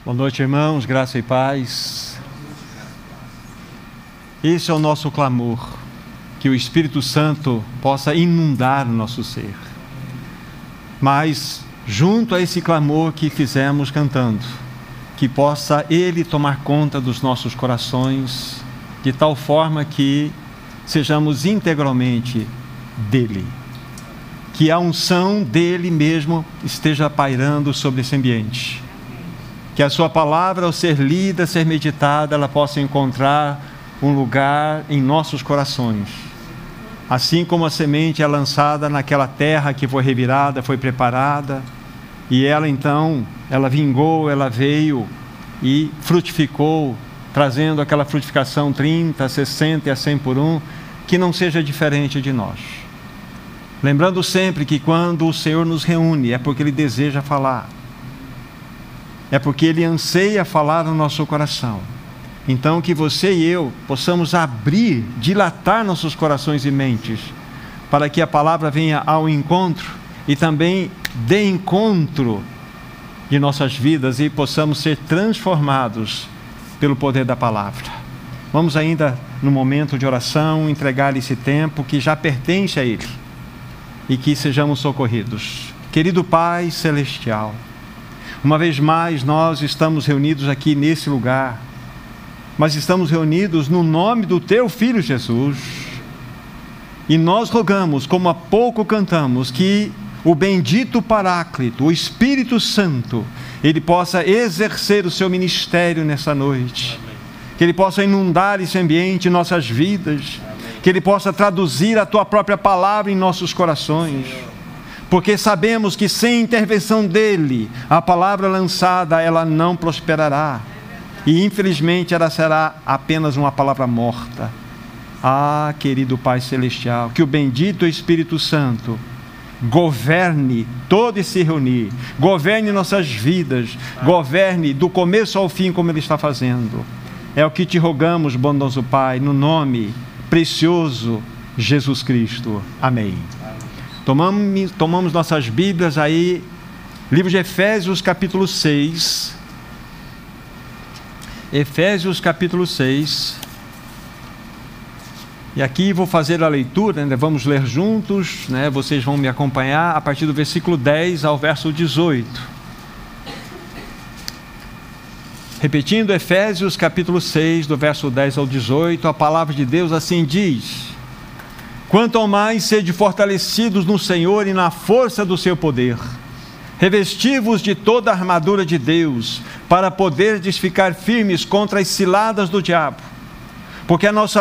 Boa noite, irmãos, graça e paz. Esse é o nosso clamor, que o Espírito Santo possa inundar o nosso ser. Mas, junto a esse clamor que fizemos cantando, que possa Ele tomar conta dos nossos corações, de tal forma que sejamos integralmente dEle. Que a unção dEle mesmo esteja pairando sobre esse ambiente. Que a sua palavra, ao ser lida, ser meditada, ela possa encontrar um lugar em nossos corações. Assim como a semente é lançada naquela terra que foi revirada, foi preparada, e ela então, ela vingou, ela veio e frutificou, trazendo aquela frutificação 30, 60 e a 100 por um, que não seja diferente de nós. Lembrando sempre que quando o Senhor nos reúne, é porque Ele deseja falar. É porque Ele anseia falar no nosso coração. Então que você e eu possamos abrir, dilatar nossos corações e mentes, para que a palavra venha ao encontro e também dê encontro de nossas vidas e possamos ser transformados pelo poder da palavra. Vamos ainda no momento de oração entregar esse tempo que já pertence a Ele e que sejamos socorridos. Querido Pai Celestial, uma vez mais nós estamos reunidos aqui nesse lugar, mas estamos reunidos no nome do Teu Filho Jesus, e nós rogamos, como há pouco cantamos, que o bendito Paráclito, o Espírito Santo, Ele possa exercer o Seu ministério nessa noite, que Ele possa inundar esse ambiente em nossas vidas, que Ele possa traduzir a Tua própria palavra em nossos corações, porque sabemos que sem intervenção dEle, a palavra lançada, ela não prosperará. E infelizmente ela será apenas uma palavra morta. Ah, querido Pai Celestial, que o bendito Espírito Santo governe todo esse reunir, governe nossas vidas, governe do começo ao fim como Ele está fazendo. É o que te rogamos, bondoso Pai, no nome precioso Jesus Cristo. Amém. Tomamos nossas Bíblias aí, livro de Efésios capítulo 6. Efésios capítulo 6. E aqui vou fazer a leitura, né? Vamos ler juntos, né? Vocês vão me acompanhar a partir do versículo 10 ao verso 18. Repetindo, Efésios capítulo 6, do verso 10 ao 18, a palavra de Deus assim diz: quanto ao mais sede fortalecidos no Senhor e na força do seu poder, revesti-vos de toda a armadura de Deus, para poderdes ficar firmes contra as ciladas do diabo. Porque a nossa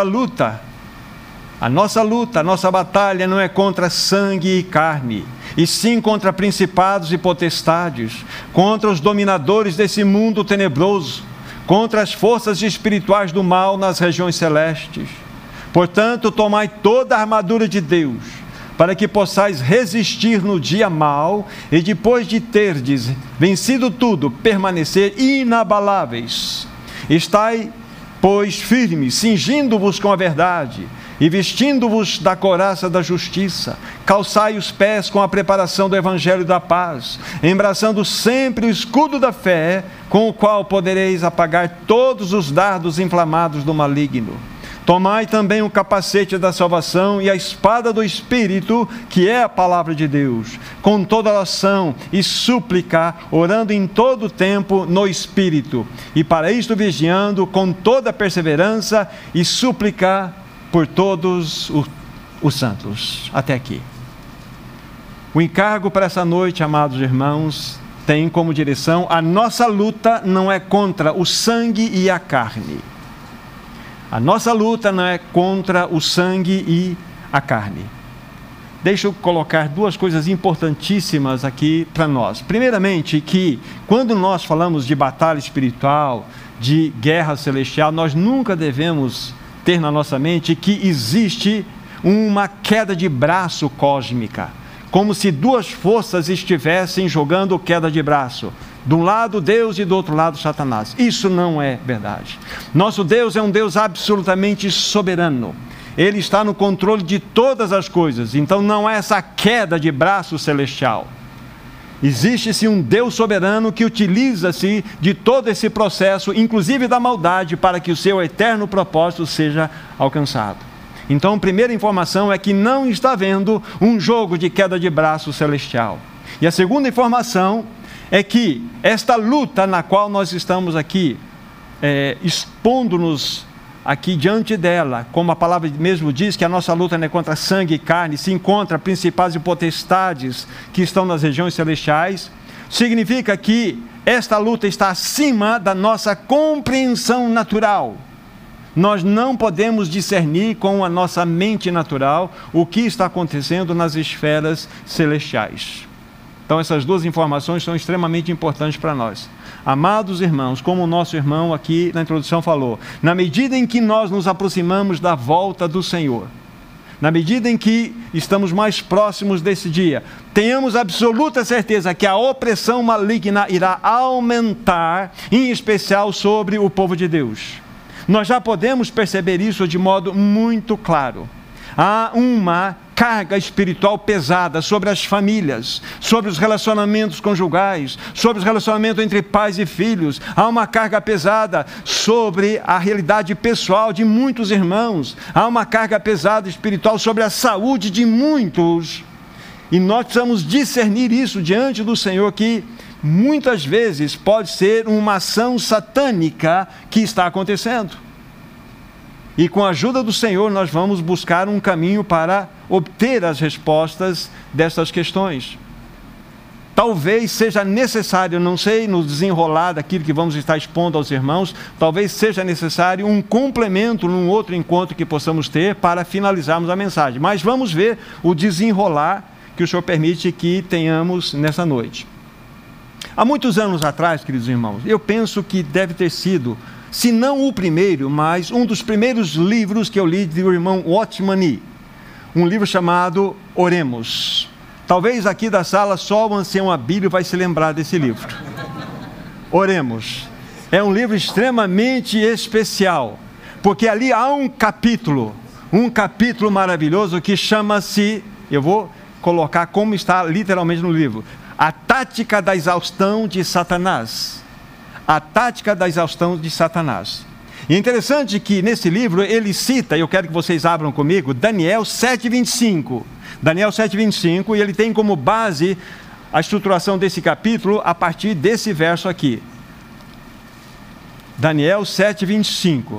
batalha não é contra sangue e carne, e sim contra principados e potestades, contra os dominadores desse mundo tenebroso, contra as forças espirituais do mal nas regiões celestes. Portanto, tomai toda a armadura de Deus, para que possais resistir no dia mau, e depois de terdes vencido tudo, permanecer inabaláveis. Estai, pois, firmes, cingindo-vos com a verdade, e vestindo-vos da couraça da justiça. Calçai os pés com a preparação do evangelho da paz, embraçando sempre o escudo da fé, com o qual podereis apagar todos os dardos inflamados do maligno. Tomai também o capacete da salvação e a espada do Espírito, que é a palavra de Deus, com toda oração e súplica, orando em todo o tempo no Espírito, e para isto vigiando com toda perseverança e súplica por todos os santos. Até aqui. O encargo para essa noite, amados irmãos, tem como direção: a nossa luta não é contra o sangue e a carne. A nossa luta não é contra o sangue e a carne. Deixa eu colocar duas coisas importantíssimas aqui para nós. Primeiramente, que quando nós falamos de batalha espiritual, de guerra celestial, nós nunca devemos ter na nossa mente que existe uma queda de braço cósmica, como se duas forças estivessem jogando queda de braço. De um lado Deus e do outro lado Satanás. Isso não é verdade. Nosso Deus é um Deus absolutamente soberano. Ele está no controle de todas as coisas. Então não é essa queda de braço celestial. Existe-se um Deus soberano que utiliza-se de todo esse processo, inclusive da maldade, para que o seu eterno propósito seja alcançado. Então, a primeira informação é que não está havendo um jogo de queda de braço celestial. E a segunda informação é que esta luta na qual nós estamos aqui, expondo-nos aqui diante dela, como a palavra mesmo diz, que a nossa luta não é contra sangue e carne, se encontra principados e potestades que estão nas regiões celestiais, significa que esta luta está acima da nossa compreensão natural. Nós não podemos discernir com a nossa mente natural o que está acontecendo nas esferas celestiais. Então essas duas informações são extremamente importantes para nós. Amados irmãos, como o nosso irmão aqui na introdução falou, na medida em que nós nos aproximamos da volta do Senhor, na medida em que estamos mais próximos desse dia, tenhamos absoluta certeza que a opressão maligna irá aumentar, em especial sobre o povo de Deus. Nós já podemos perceber isso de modo muito claro. Há uma carga espiritual pesada sobre as famílias, sobre os relacionamentos conjugais, sobre os relacionamentos entre pais e filhos. Há uma carga pesada sobre a realidade pessoal de muitos irmãos. Há uma carga pesada espiritual sobre a saúde de muitos. E nós precisamos discernir isso diante do Senhor, que muitas vezes pode ser uma ação satânica que está acontecendo. E com a ajuda do Senhor nós vamos buscar um caminho para obter as respostas dessas questões. Talvez seja necessário, não sei, no desenrolar daquilo que vamos estar expondo aos irmãos, talvez seja necessário um complemento num outro encontro que possamos ter para finalizarmos a mensagem. Mas vamos ver o desenrolar que o Senhor permite que tenhamos nessa noite. Há muitos anos atrás, queridos irmãos, eu penso que deve ter sido, se não o primeiro, mas um dos primeiros livros que eu li do irmão Watchman Nee, um livro chamado Oremos. Talvez aqui da sala só o ancião Abílio vai se lembrar desse livro. Oremos. É um livro extremamente especial, porque ali há um capítulo maravilhoso que chama-se, eu vou colocar como está literalmente no livro, A Tática da Exaustão de Satanás. A tática da exaustão de Satanás. E é interessante que nesse livro ele cita, eu quero que vocês abram comigo, Daniel 7,25. Daniel 7,25, e ele tem como base a estruturação desse capítulo a partir desse verso aqui. Daniel 7,25.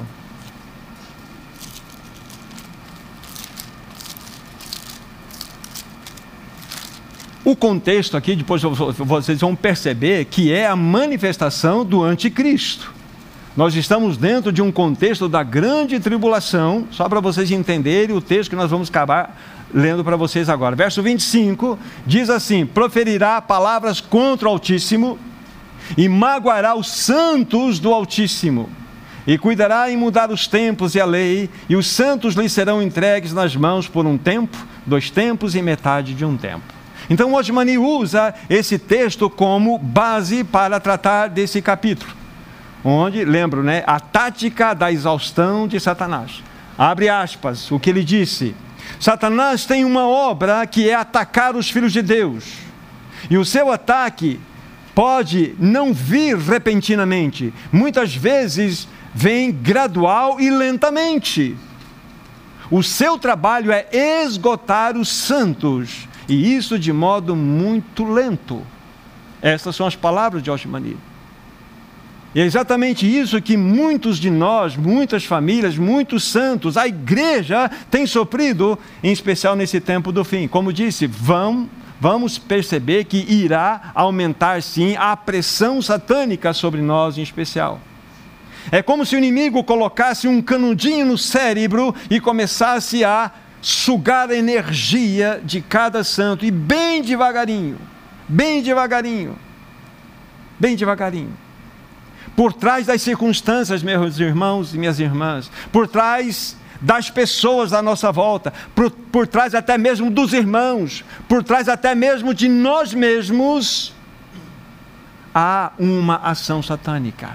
O contexto aqui, depois vocês vão perceber que é a manifestação do anticristo. Nós estamos dentro de um contexto da grande tribulação, só para vocês entenderem o texto que nós vamos acabar lendo para vocês agora. Verso 25 diz assim: proferirá palavras contra o Altíssimo e magoará os santos do Altíssimo, e cuidará em mudar os tempos e a lei, e os santos lhe serão entregues nas mãos por um tempo, 2 tempos e metade de um tempo. Então, Watchman Nee usa esse texto como base para tratar desse capítulo, onde, lembro, né, a tática da exaustão de Satanás. Abre aspas, o que ele disse: Satanás tem uma obra que é atacar os filhos de Deus, e o seu ataque pode não vir repentinamente, muitas vezes vem gradual e lentamente. O seu trabalho é esgotar os santos, e isso de modo muito lento. Essas são as palavras de Watchman Nee. E é exatamente isso que muitos de nós, muitas famílias, muitos santos, a igreja tem sofrido, em especial nesse tempo do fim. Como disse, vamos perceber que irá aumentar sim a pressão satânica sobre nós em especial. É como se o inimigo colocasse um canudinho no cérebro e começasse a sugar a energia de cada santo, e bem devagarinho, por trás das circunstâncias, meus irmãos e minhas irmãs, por trás das pessoas à nossa volta, por trás até mesmo dos irmãos, por trás até mesmo de nós mesmos, há uma ação satânica.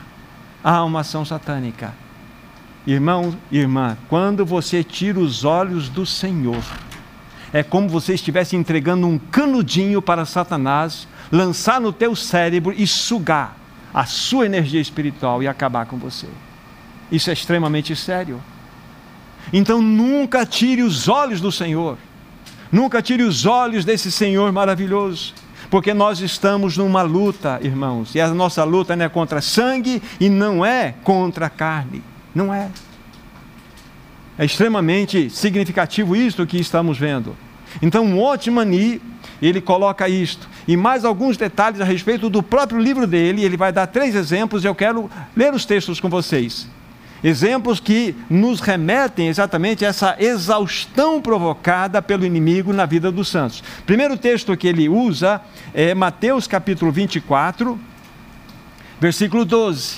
Irmão e irmã, quando você tira os olhos do Senhor, é como você estivesse entregando um canudinho para Satanás lançar no teu cérebro e sugar a sua energia espiritual e acabar com você. Isso é extremamente sério. Então nunca tire os olhos do Senhor. Nunca tire os olhos desse Senhor maravilhoso. Porque nós estamos numa luta, irmãos. E a nossa luta não é contra sangue e não é contra carne. Não é. É extremamente significativo isto que estamos vendo. Então o Watchman ele coloca isto. E mais alguns detalhes a respeito do próprio livro dele. Ele vai dar 3 exemplos e eu quero ler os textos com vocês. Exemplos que nos remetem exatamente a essa exaustão provocada pelo inimigo na vida dos santos. Primeiro texto que ele usa é Mateus capítulo 24, versículo 12.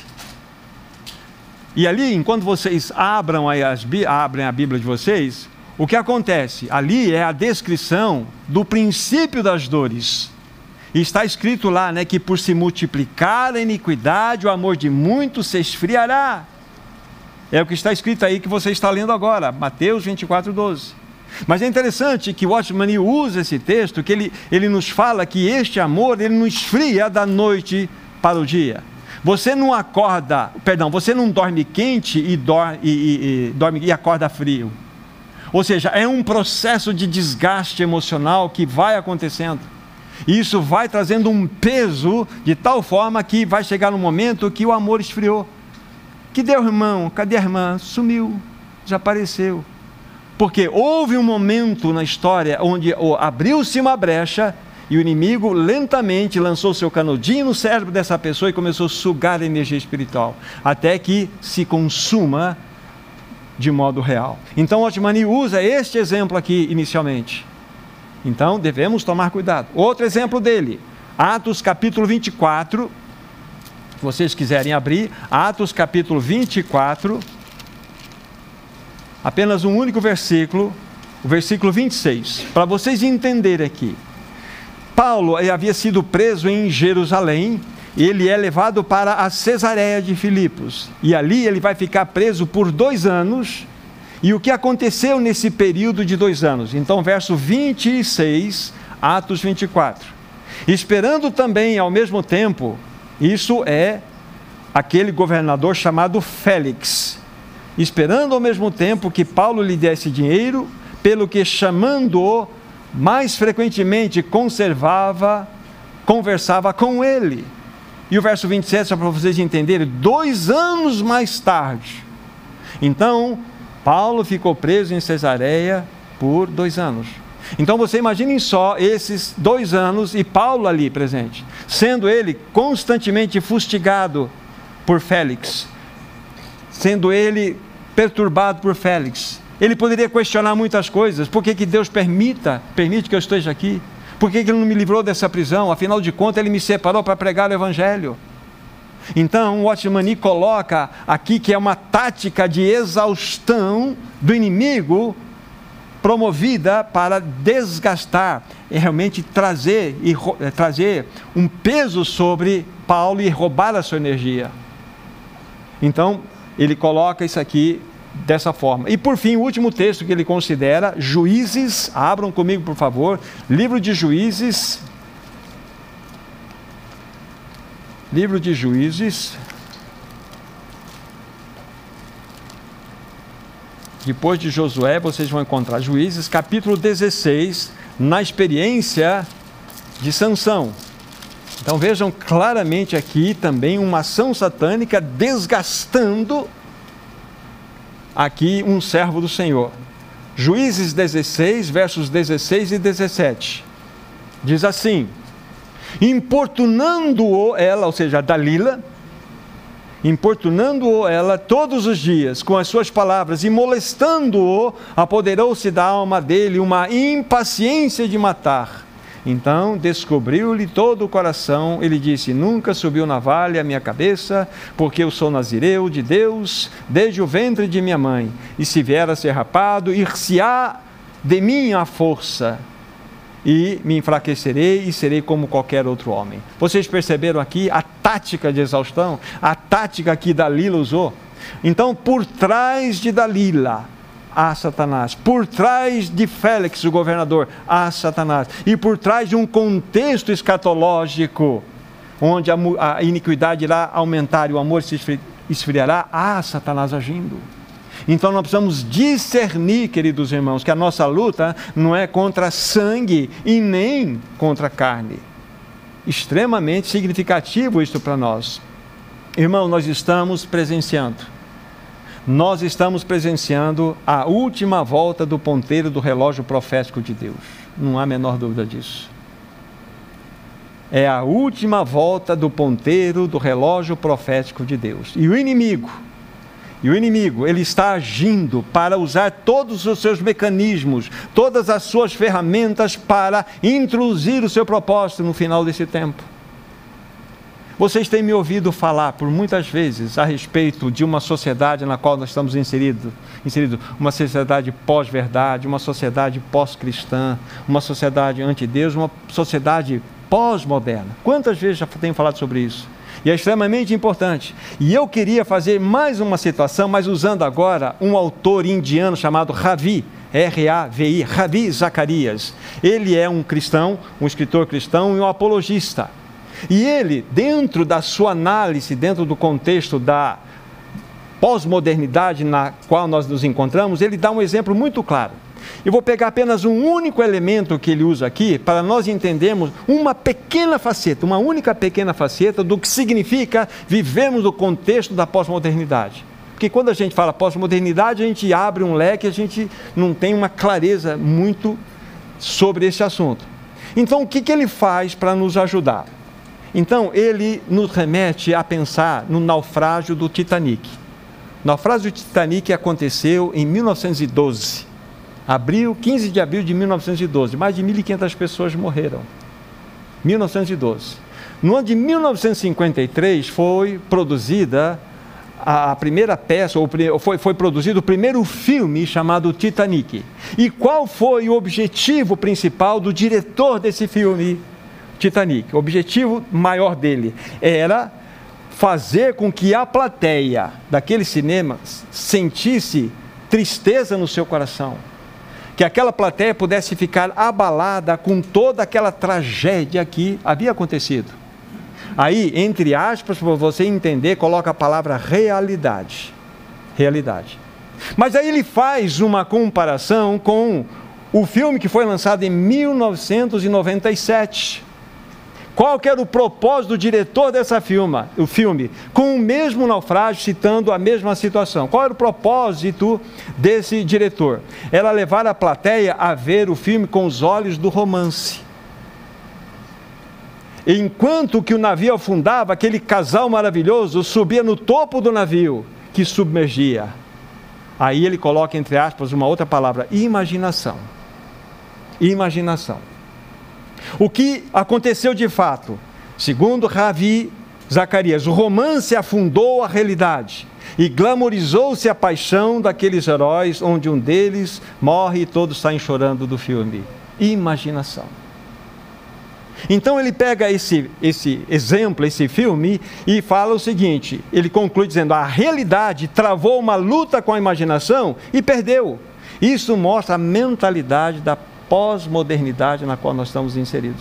E ali, enquanto vocês abrem a Bíblia de vocês, o que acontece? Ali é a descrição do princípio das dores. E está escrito lá, né, que por se multiplicar a iniquidade, o amor de muitos se esfriará. É o que está escrito aí que você está lendo agora, Mateus 24, 12. Mas é interessante que o Watchman usa esse texto, que ele nos fala que este amor, ele não esfria da noite para o dia. Você não você não dorme quente e acorda frio. Ou seja, é um processo de desgaste emocional que vai acontecendo. E isso vai trazendo um peso de tal forma que vai chegar no momento que o amor esfriou. Que deu, irmão? Cadê a irmã? Sumiu, desapareceu. Porque houve um momento na história onde abriu-se uma brecha e o inimigo lentamente lançou seu canudinho no cérebro dessa pessoa e começou a sugar a energia espiritual, até que se consuma de modo real. Então, Watchman usa este exemplo aqui inicialmente. Então, devemos tomar cuidado. Outro exemplo dele, Atos capítulo 24, se vocês quiserem abrir, Atos capítulo 24, apenas um único versículo, o versículo 26, para vocês entenderem aqui. Paulo havia sido preso em Jerusalém, e ele é levado para a Cesareia de Filipos, e ali ele vai ficar preso por 2 anos, e o que aconteceu nesse período de 2 anos? Então, verso 26, Atos 24, esperando também ao mesmo tempo, isso é aquele governador chamado Félix, esperando ao mesmo tempo que Paulo lhe desse dinheiro, pelo que chamando-o mais frequentemente conversava com ele. E o verso 27, só para vocês entenderem, 2 anos mais tarde, então Paulo ficou preso em Cesareia por 2 anos. Então você imaginem só esses 2 anos e Paulo ali presente, sendo ele constantemente fustigado por Félix, sendo ele perturbado por Félix. Ele poderia questionar muitas coisas. Por que Deus permite que eu esteja aqui? Por que Ele não me livrou dessa prisão? Afinal de contas, Ele me separou para pregar o Evangelho. Então, o Watchman coloca aqui que é uma tática de exaustão do inimigo promovida para desgastar e realmente trazer um peso sobre Paulo e roubar a sua energia. Então, ele coloca isso aqui dessa forma. E por fim, o último texto que ele considera, Juízes, abram comigo por favor, livro de Juízes, depois de Josué, vocês vão encontrar Juízes, capítulo 16, na experiência de Sansão. Então vejam claramente aqui também uma ação satânica desgastando aqui um servo do Senhor. Juízes 16, versos 16 e 17. Diz assim: importunando-o ela, ou seja, Dalila, importunando-o ela todos os dias com as suas palavras e molestando-o, apoderou-se da alma dele uma impaciência de matar. Então descobriu-lhe todo o coração, ele disse: nunca subiu navalha a minha cabeça, porque eu sou nazireu de Deus desde o ventre de minha mãe, e se vier a ser rapado, ir-se-á de mim a força, e me enfraquecerei e serei como qualquer outro homem. Vocês perceberam aqui a tática de exaustão, a tática que Dalila usou? Então, por trás de Dalila, há Satanás. Por trás de Félix, o governador, há Satanás. E por trás de um contexto escatológico, onde a iniquidade irá aumentar e o amor se esfriará, há Satanás agindo. Então nós precisamos discernir, queridos irmãos, que a nossa luta não é contra sangue e nem contra carne. Extremamente significativo isso para nós. Irmão, nós estamos presenciando a última volta do ponteiro do relógio profético de Deus. Não há a menor dúvida disso. É a última volta do ponteiro do relógio profético de Deus. E o inimigo, ele está agindo para usar todos os seus mecanismos, todas as suas ferramentas para introduzir o seu propósito no final desse tempo. Vocês têm me ouvido falar por muitas vezes a respeito de uma sociedade na qual nós estamos inseridos, uma sociedade pós-verdade, uma sociedade pós-cristã, uma sociedade anti-Deus, uma sociedade pós-moderna. Quantas vezes já tenho falado sobre isso? E é extremamente importante. E eu queria fazer mais uma situação, mas usando agora um autor indiano chamado Ravi, R-A-V-I, Ravi Zacharias. Ele é um cristão, um escritor cristão e um apologista. E ele, dentro da sua análise, dentro do contexto da pós-modernidade na qual nós nos encontramos, ele dá um exemplo muito claro. Eu vou pegar apenas um único elemento que ele usa aqui, para nós entendermos uma única pequena faceta do que significa vivermos no contexto da pós-modernidade. Porque quando a gente fala pós-modernidade, a gente abre um leque, a gente não tem uma clareza muito sobre esse assunto. Então, o que ele faz para nos ajudar? Então, ele nos remete a pensar no naufrágio do Titanic. O naufrágio do Titanic aconteceu em 1912. 15 de abril de 1912, mais de 1.500 pessoas morreram. 1912. No ano de 1953 foi produzida a primeira peça, foi produzido o primeiro filme chamado Titanic. E qual foi o objetivo principal do diretor desse filme, Titanic? O objetivo maior dele era fazer com que a plateia daquele cinema sentisse tristeza no seu coração. Que aquela plateia pudesse ficar abalada com toda aquela tragédia que havia acontecido. Aí, entre aspas, para você entender, coloca a palavra realidade. Realidade. Mas aí ele faz uma comparação com o filme que foi lançado em 1997. Qual que era o propósito do diretor o filme? Com o mesmo naufrágio, citando a mesma situação. Qual era o propósito desse diretor? Era levar a plateia a ver o filme com os olhos do romance. Enquanto que o navio afundava, aquele casal maravilhoso subia no topo do navio, que submergia. Aí ele coloca, entre aspas, uma outra palavra, imaginação. Imaginação. O que aconteceu de fato? Segundo Ravi Zacharias, o romance afundou a realidade e glamorizou-se a paixão daqueles heróis, onde um deles morre e todos saem chorando do filme. Imaginação. Então ele pega esse exemplo, esse filme, e fala o seguinte, ele conclui dizendo, a realidade travou uma luta com a imaginação e perdeu. Isso mostra a mentalidade da pós-modernidade na qual nós estamos inseridos.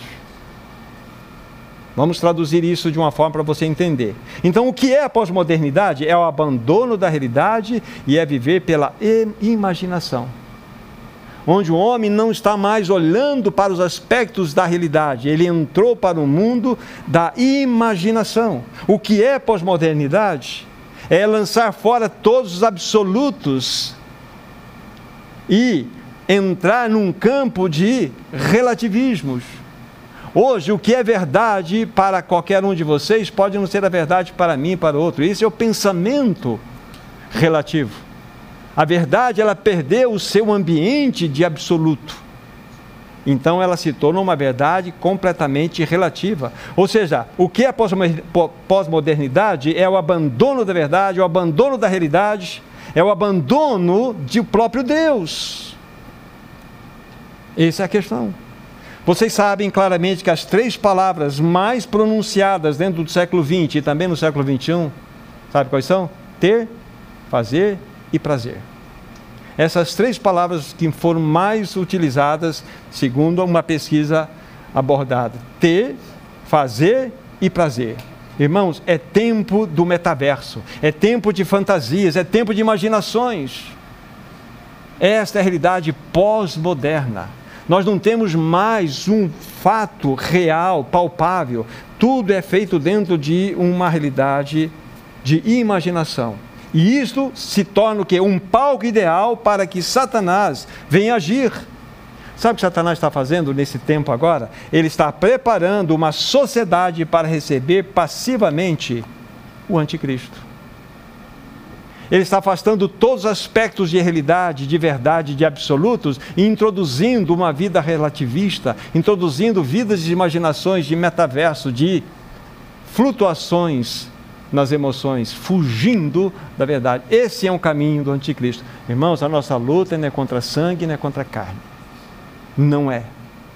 Vamos traduzir isso de uma forma para você entender. Então, o que é a pós-modernidade? É o abandono da realidade e é viver pela imaginação. Onde o homem não está mais olhando para os aspectos da realidade, ele entrou para o mundo da imaginação. O que é pós-modernidade? É lançar fora todos os absolutos e entrar num campo de relativismos. Hoje, o que é verdade para qualquer um de vocês pode não ser a verdade para mim e para outro. Esse é o pensamento relativo. A verdade, ela perdeu o seu ambiente de absoluto. Então, ela se torna uma verdade completamente relativa. Ou seja, o que é a pós-modernidade é o abandono da verdade, o abandono da realidade, é o abandono do próprio Deus. Essa é a questão. Vocês sabem claramente que as 3 palavras mais pronunciadas dentro do século XX e também no século XXI, sabe quais são? Ter, fazer e prazer. Essas 3 palavras que foram mais utilizadas, segundo uma pesquisa abordada: ter, fazer e prazer. Irmãos, é tempo do metaverso, é tempo de fantasias, é tempo de imaginações. Esta é a realidade pós-moderna. Nós não temos mais um fato real, palpável. Tudo é feito dentro de uma realidade de imaginação. E isto se torna o quê? Um palco ideal para que Satanás venha agir. Sabe o que Satanás está fazendo nesse tempo agora? Ele está preparando uma sociedade para receber passivamente o anticristo. Ele está afastando todos os aspectos de realidade, de verdade, de absolutos, e introduzindo uma vida relativista, introduzindo vidas de imaginações, de metaverso, de flutuações nas emoções, fugindo da verdade. Esse é um caminho do anticristo. Irmãos, a nossa luta não é contra sangue, não é contra carne. Não é.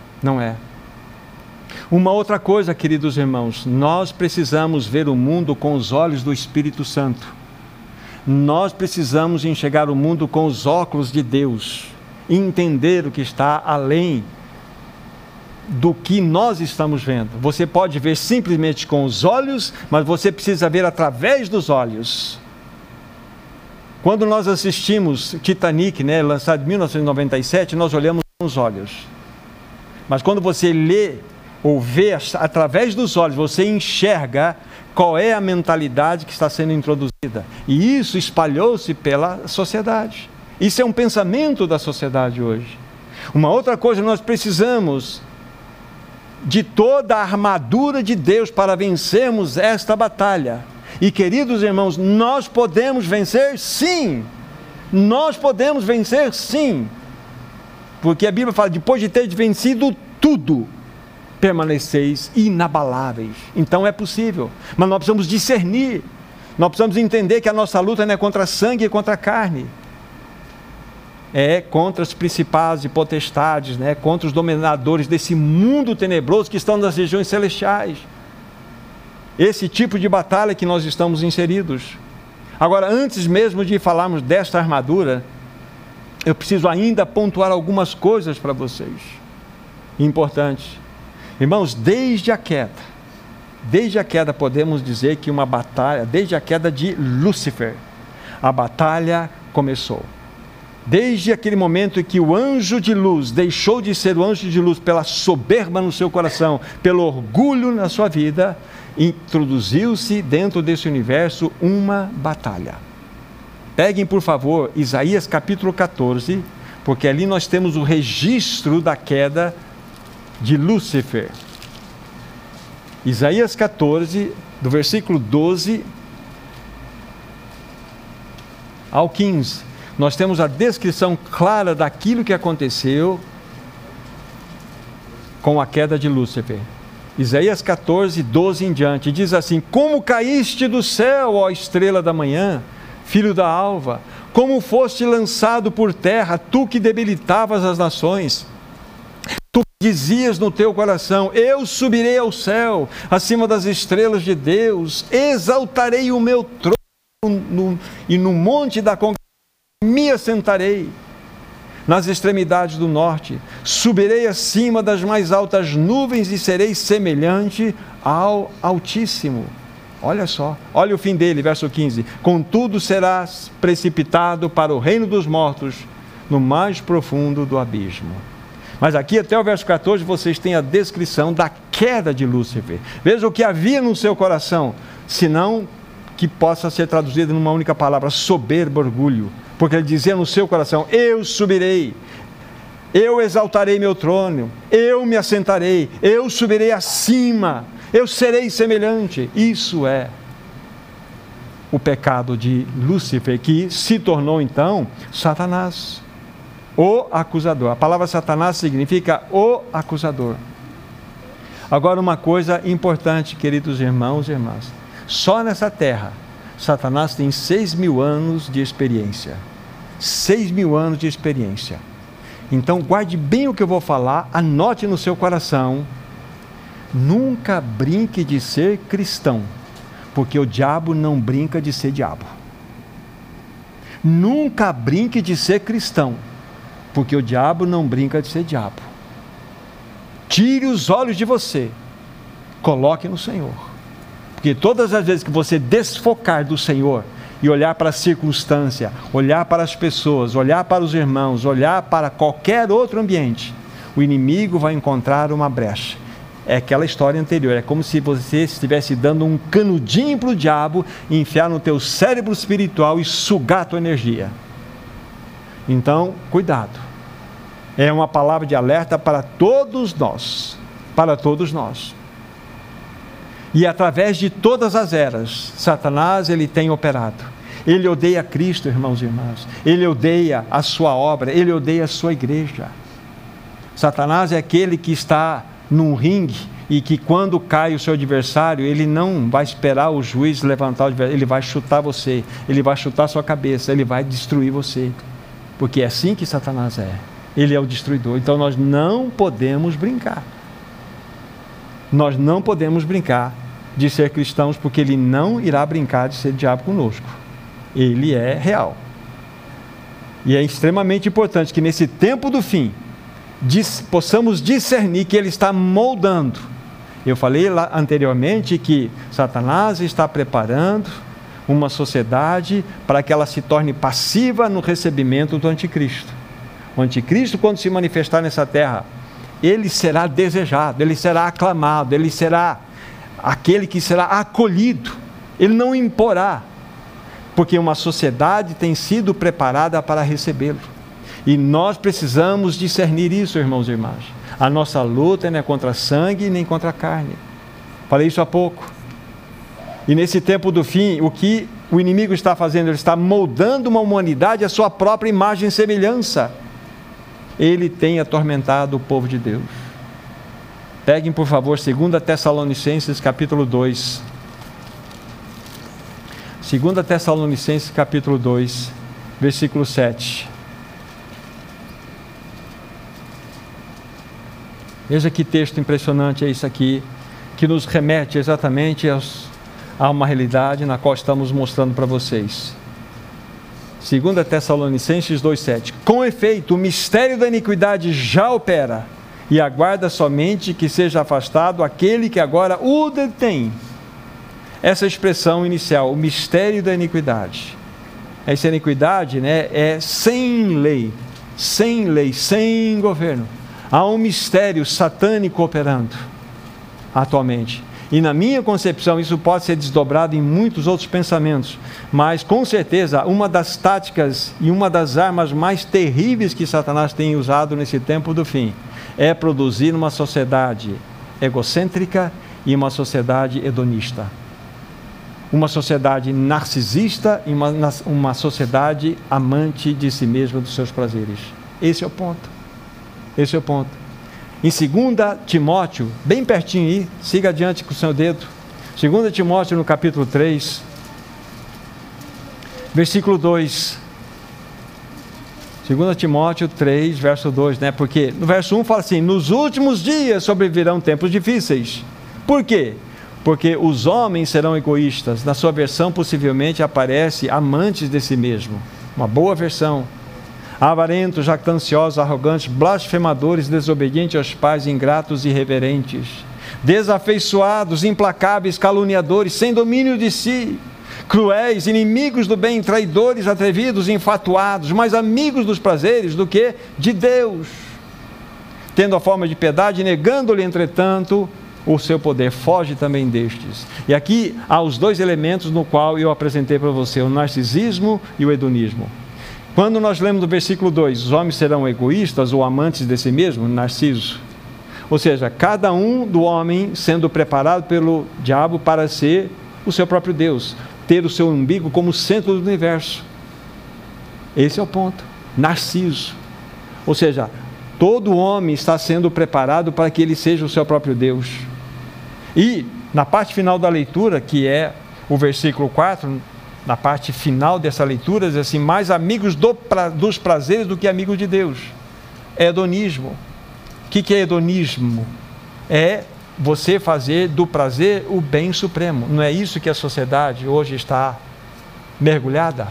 Uma outra coisa, queridos irmãos, nós precisamos ver o mundo com os olhos do Espírito Santo. Nós precisamos enxergar o mundo com os óculos de Deus, entender o que está além do que nós estamos vendo. Você pode ver simplesmente com os olhos, mas você precisa ver através dos olhos. Quando nós assistimos Titanic, lançado em 1997, nós olhamos com os olhos. Mas quando você lê ou vê através dos olhos, você enxerga qual é a mentalidade que está sendo introduzida. E isso espalhou-se pela sociedade. Isso é um pensamento da sociedade hoje. Uma outra coisa, nós precisamos de toda a armadura de Deus para vencermos esta batalha. E, queridos irmãos, nós podemos vencer sim. Nós podemos vencer sim. Porque a Bíblia fala, depois de ter vencido tudo, permaneceis inabaláveis. Então é possível, mas nós precisamos discernir, nós precisamos entender que a nossa luta não é contra sangue e contra carne, é contra os principados e potestades, contra os dominadores desse mundo tenebroso que estão nas regiões celestiais. Esse tipo de batalha que nós estamos inseridos. Agora, antes mesmo de falarmos desta armadura, eu preciso ainda pontuar algumas coisas para vocês, importantes. Irmãos, desde a queda podemos dizer que uma batalha, desde a queda de Lúcifer, a batalha começou. Desde aquele momento em que o anjo de luz deixou de ser o anjo de luz pela soberba no seu coração, pelo orgulho na sua vida, introduziu-se dentro desse universo uma batalha. Peguem, por favor, Isaías capítulo 14, porque ali nós temos o registro da queda de Lúcifer. Isaías 14, do versículo 12 ao 15, nós temos a descrição clara daquilo que aconteceu com a queda de Lúcifer. Isaías 14, 12 em diante, diz assim: como caíste do céu, ó estrela da manhã, filho da alva, como foste lançado por terra, tu que debilitavas as nações. Tu dizias no teu coração: eu subirei ao céu, acima das estrelas de Deus, exaltarei o meu trono e no monte da congregação me assentarei, nas extremidades do norte, subirei acima das mais altas nuvens e serei semelhante ao Altíssimo. Olha só, olha o fim dele, verso 15: contudo serás precipitado para o reino dos mortos, no mais profundo do abismo. Mas aqui até o verso 14 vocês têm a descrição da queda de Lúcifer. Veja o que havia no seu coração, senão que possa ser traduzido numa única palavra: soberbo, orgulho. Porque ele dizia no seu coração: eu subirei, eu exaltarei meu trono, eu me assentarei, eu subirei acima, eu serei semelhante. Isso é o pecado de Lúcifer, que se tornou então Satanás, o acusador. A palavra Satanás significa o acusador. Agora, uma coisa importante, queridos irmãos e irmãs: só nessa terra Satanás tem 6.000 anos de experiência. 6.000 anos de experiência. Então guarde bem o que eu vou falar, anote no seu coração. Nunca brinque de ser cristão, porque o diabo não brinca de ser diabo. Nunca brinque de ser cristão, porque o diabo não brinca de ser diabo. Tire os olhos de você, coloque no Senhor, porque todas as vezes que você desfocar do Senhor e olhar para a circunstância, olhar para as pessoas, olhar para os irmãos, olhar para qualquer outro ambiente, o inimigo vai encontrar uma brecha. É aquela história anterior, é como se você estivesse dando um canudinho para o diabo, enfiar no teu cérebro espiritual e sugar a tua energia. Então, cuidado. É uma palavra de alerta para todos nós, E através de todas as eras, Satanás ele tem operado. Ele odeia Cristo, irmãos e irmãs. Ele odeia a sua obra, ele odeia a sua igreja. Satanás é aquele que está num ringue e que quando cai o seu adversário, ele não vai esperar o juiz levantar o adversário, ele vai chutar você, ele vai chutar a sua cabeça, ele vai destruir você, porque é assim que Satanás é. Ele é o destruidor. Então nós não podemos brincar. Nós não podemos brincar de ser cristãos, porque ele não irá brincar de ser diabo conosco. Ele é real. E é extremamente importante que nesse tempo do fim, possamos discernir que ele está moldando. Eu falei lá anteriormente que Satanás está preparando uma sociedade para que ela se torne passiva no recebimento do anticristo. O anticristo, quando se manifestar nessa terra, ele será desejado, ele será aclamado, ele será aquele que será acolhido, ele não imporá, porque uma sociedade tem sido preparada para recebê-lo. E nós precisamos discernir isso, irmãos e irmãs. A nossa luta não é contra sangue nem contra carne. Falei isso há pouco. E nesse tempo do fim, o que o inimigo está fazendo? Ele está moldando uma humanidade à sua própria imagem e semelhança. Ele tem atormentado o povo de Deus. Peguem, por favor, 2 Tessalonicenses capítulo 2. 2 Tessalonicenses capítulo 2, versículo 7. Veja que texto impressionante é isso aqui, que nos remete exatamente a uma realidade na qual estamos mostrando para vocês. 2 Tessalonicenses 2,7. Com efeito, o mistério da iniquidade já opera, e aguarda somente que seja afastado aquele que agora o detém. Essa expressão inicial, o mistério da iniquidade. Essa iniquidade, é sem lei, sem governo. Há um mistério satânico operando atualmente. E na minha concepção, isso pode ser desdobrado em muitos outros pensamentos. Mas, com certeza, uma das táticas e uma das armas mais terríveis que Satanás tem usado nesse tempo do fim é produzir uma sociedade egocêntrica e uma sociedade hedonista. Uma sociedade narcisista e uma sociedade amante de si mesma, dos seus prazeres. Esse é o ponto. Esse é o ponto. Em 2 Timóteo, bem pertinho aí, siga adiante com o seu dedo. 2 Timóteo no capítulo 3, versículo 2. 2 Timóteo 3, verso 2, Porque no verso 1 fala assim: nos últimos dias sobrevirão tempos difíceis. Por quê? Porque os homens serão egoístas. Na sua versão possivelmente aparece amantes de si mesmo. Uma boa versão. Avarentos, jactanciosos, arrogantes, blasfemadores, desobedientes aos pais, ingratos e irreverentes, desafeiçoados, implacáveis, caluniadores, sem domínio de si, cruéis, inimigos do bem, traidores, atrevidos, infatuados, mais amigos dos prazeres do que de Deus, tendo a forma de piedade, negando-lhe, entretanto, o seu poder. Foge também destes. E aqui há os dois elementos no qual eu apresentei para você, o narcisismo e o hedonismo. Quando nós lemos do versículo 2, os homens serão egoístas ou amantes de si mesmo, Narciso. Ou seja, cada um do homem sendo preparado pelo diabo para ser o seu próprio Deus, ter o seu umbigo como centro do universo. Esse é o ponto. Narciso. Ou seja, todo homem está sendo preparado para que ele seja o seu próprio Deus. E na parte final da leitura, que é o versículo 4, na parte final dessa leitura, diz assim: mais amigos dos prazeres do que amigos de Deus. É hedonismo. O que é hedonismo? É você fazer do prazer o bem supremo. Não é isso que a sociedade hoje está mergulhada?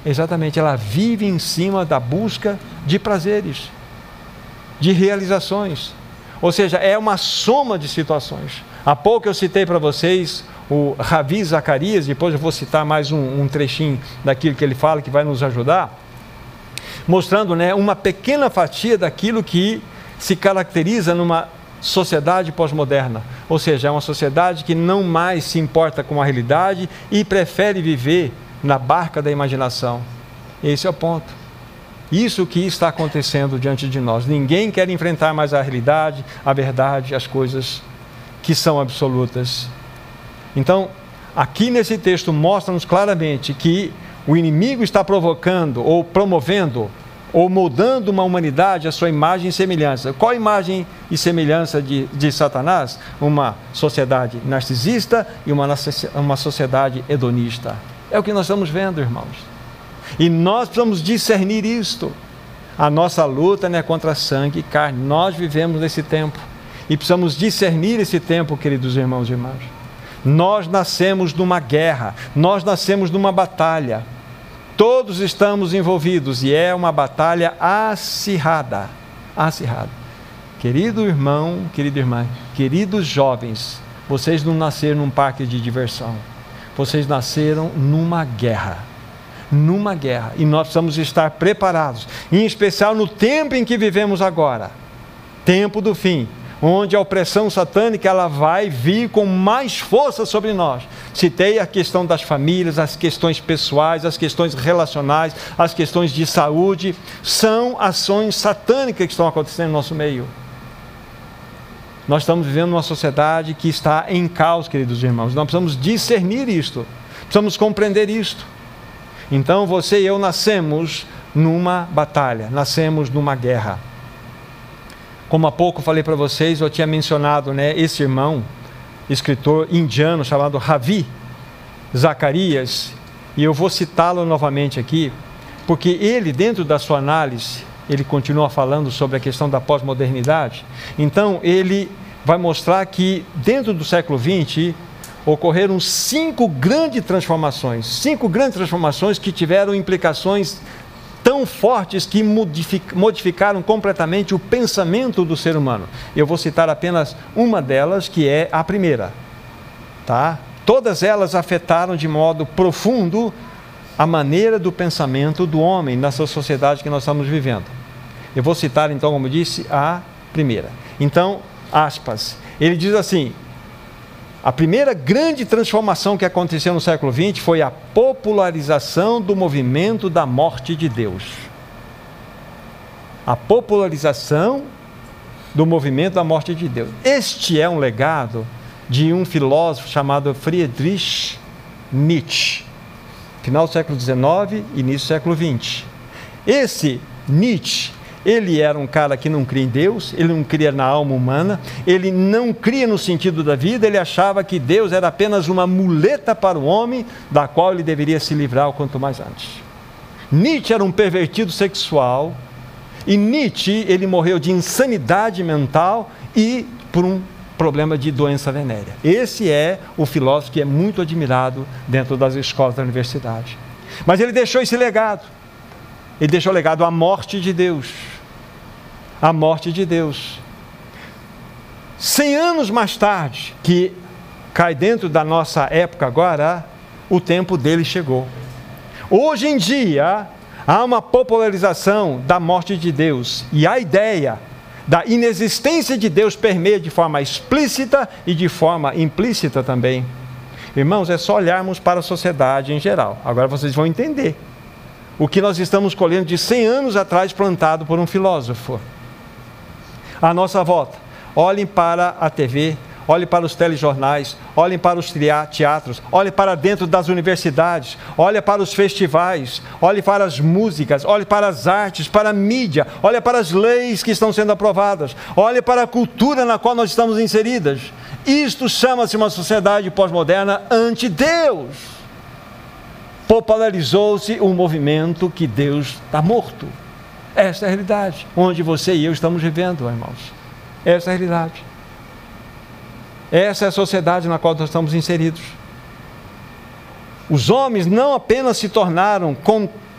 Exatamente, ela vive em cima da busca de prazeres, de realizações. Ou seja, é uma soma de situações. Há pouco eu citei para vocês o Ravi Zacarias, depois eu vou citar mais um trechinho daquilo que ele fala, que vai nos ajudar, mostrando, né, uma pequena fatia daquilo que se caracteriza numa sociedade pós-moderna. Ou seja, é uma sociedade que não mais se importa com a realidade e prefere viver na barca da imaginação. Esse é o ponto. Isso que está acontecendo diante de nós. Ninguém quer enfrentar mais a realidade, a verdade, as coisas que são absolutas. Então, aqui nesse texto mostra-nos claramente que o inimigo está provocando, ou promovendo, ou moldando uma humanidade à sua imagem e semelhança. Qual a imagem e semelhança de Satanás? Uma sociedade narcisista e uma sociedade hedonista. É o que nós estamos vendo, irmãos. E nós precisamos discernir isto. A nossa luta não é contra sangue e carne. Nós vivemos nesse tempo. E precisamos discernir esse tempo, queridos irmãos e irmãs. Nós nascemos numa guerra. Nós nascemos numa batalha. Todos estamos envolvidos e é uma batalha acirrada. Acirrada. Querido irmão, querida irmã, queridos jovens, vocês não nasceram num parque de diversão. Vocês nasceram numa guerra. Numa guerra. E nós precisamos estar preparados. Em especial no tempo em que vivemos agora. Tempo do fim. Onde a opressão satânica ela vai vir com mais força sobre nós. Citei a questão das famílias, as questões pessoais, as questões relacionais, as questões de saúde. São ações satânicas que estão acontecendo no nosso meio. Nós estamos vivendo uma sociedade que está em caos, queridos irmãos. Nós precisamos discernir isto. Precisamos compreender isto. Então você e eu nascemos numa batalha, nascemos numa guerra. Como há pouco falei para vocês, eu tinha mencionado, né, esse irmão, escritor indiano chamado Ravi Zacarias, e eu vou citá-lo novamente aqui, porque ele, dentro da sua análise, ele continua falando sobre a questão da pós-modernidade. Então, ele vai mostrar que dentro do século XX, ocorreram 5 grandes transformações que tiveram implicações tão fortes que modificaram completamente o pensamento do ser humano. Eu vou citar apenas uma delas, que é a primeira. Tá? Todas elas afetaram de modo profundo a maneira do pensamento do homem nessa sociedade que nós estamos vivendo. Eu vou citar então, como disse, a primeira. Então, aspas, ele diz assim: a primeira grande transformação que aconteceu no século XX foi a popularização do movimento da morte de Deus. A popularização do movimento da morte de Deus. Este é um legado de um filósofo chamado Friedrich Nietzsche, final do século XIX, início do século XX. Esse Nietzsche, ele era um cara que não cria em Deus, ele não cria na alma humana, ele não cria no sentido da vida, ele achava que Deus era apenas uma muleta para o homem, da qual ele deveria se livrar o quanto mais antes. Nietzsche era um pervertido sexual, e Nietzsche, ele morreu de insanidade mental e por um problema de doença venérea. Esse é o filósofo que é muito admirado dentro das escolas da universidade. Mas ele deixou esse legado. Ele deixou o legado à morte de Deus. A morte de Deus. 100 anos mais tarde, que cai dentro da nossa época agora, o tempo dele chegou. Hoje em dia, há uma popularização da morte de Deus, e a ideia da inexistência de Deus permeia de forma explícita e de forma implícita também. Irmãos, é só olharmos para a sociedade em geral. Agora vocês vão entender o que nós estamos colhendo de 100 anos atrás, plantado por um filósofo. À nossa volta, olhem para a TV, olhem para os telejornais, olhem para os teatros, olhem para dentro das universidades, olhem para os festivais, olhem para as músicas, olhem para as artes, para a mídia, olhem para as leis que estão sendo aprovadas, olhem para a cultura na qual nós estamos inseridas. Isto chama-se uma sociedade pós-moderna anti-Deus. Popularizou-se um movimento que Deus está morto. Esta é a realidade, onde você e eu estamos vivendo, irmãos. Essa é a realidade. Essa é a sociedade na qual nós estamos inseridos. Os homens não apenas se tornaram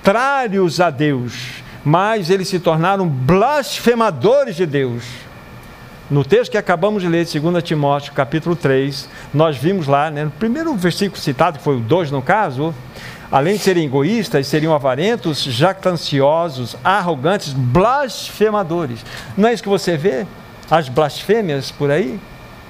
contrários a Deus, mas eles se tornaram blasfemadores de Deus. No texto que acabamos de ler, 2 Timóteo, capítulo 3, nós vimos lá, no primeiro versículo citado, que foi o 2 no caso, além de serem egoístas, seriam avarentos, jactanciosos, arrogantes, blasfemadores. Não é isso que você vê? As blasfêmias por aí?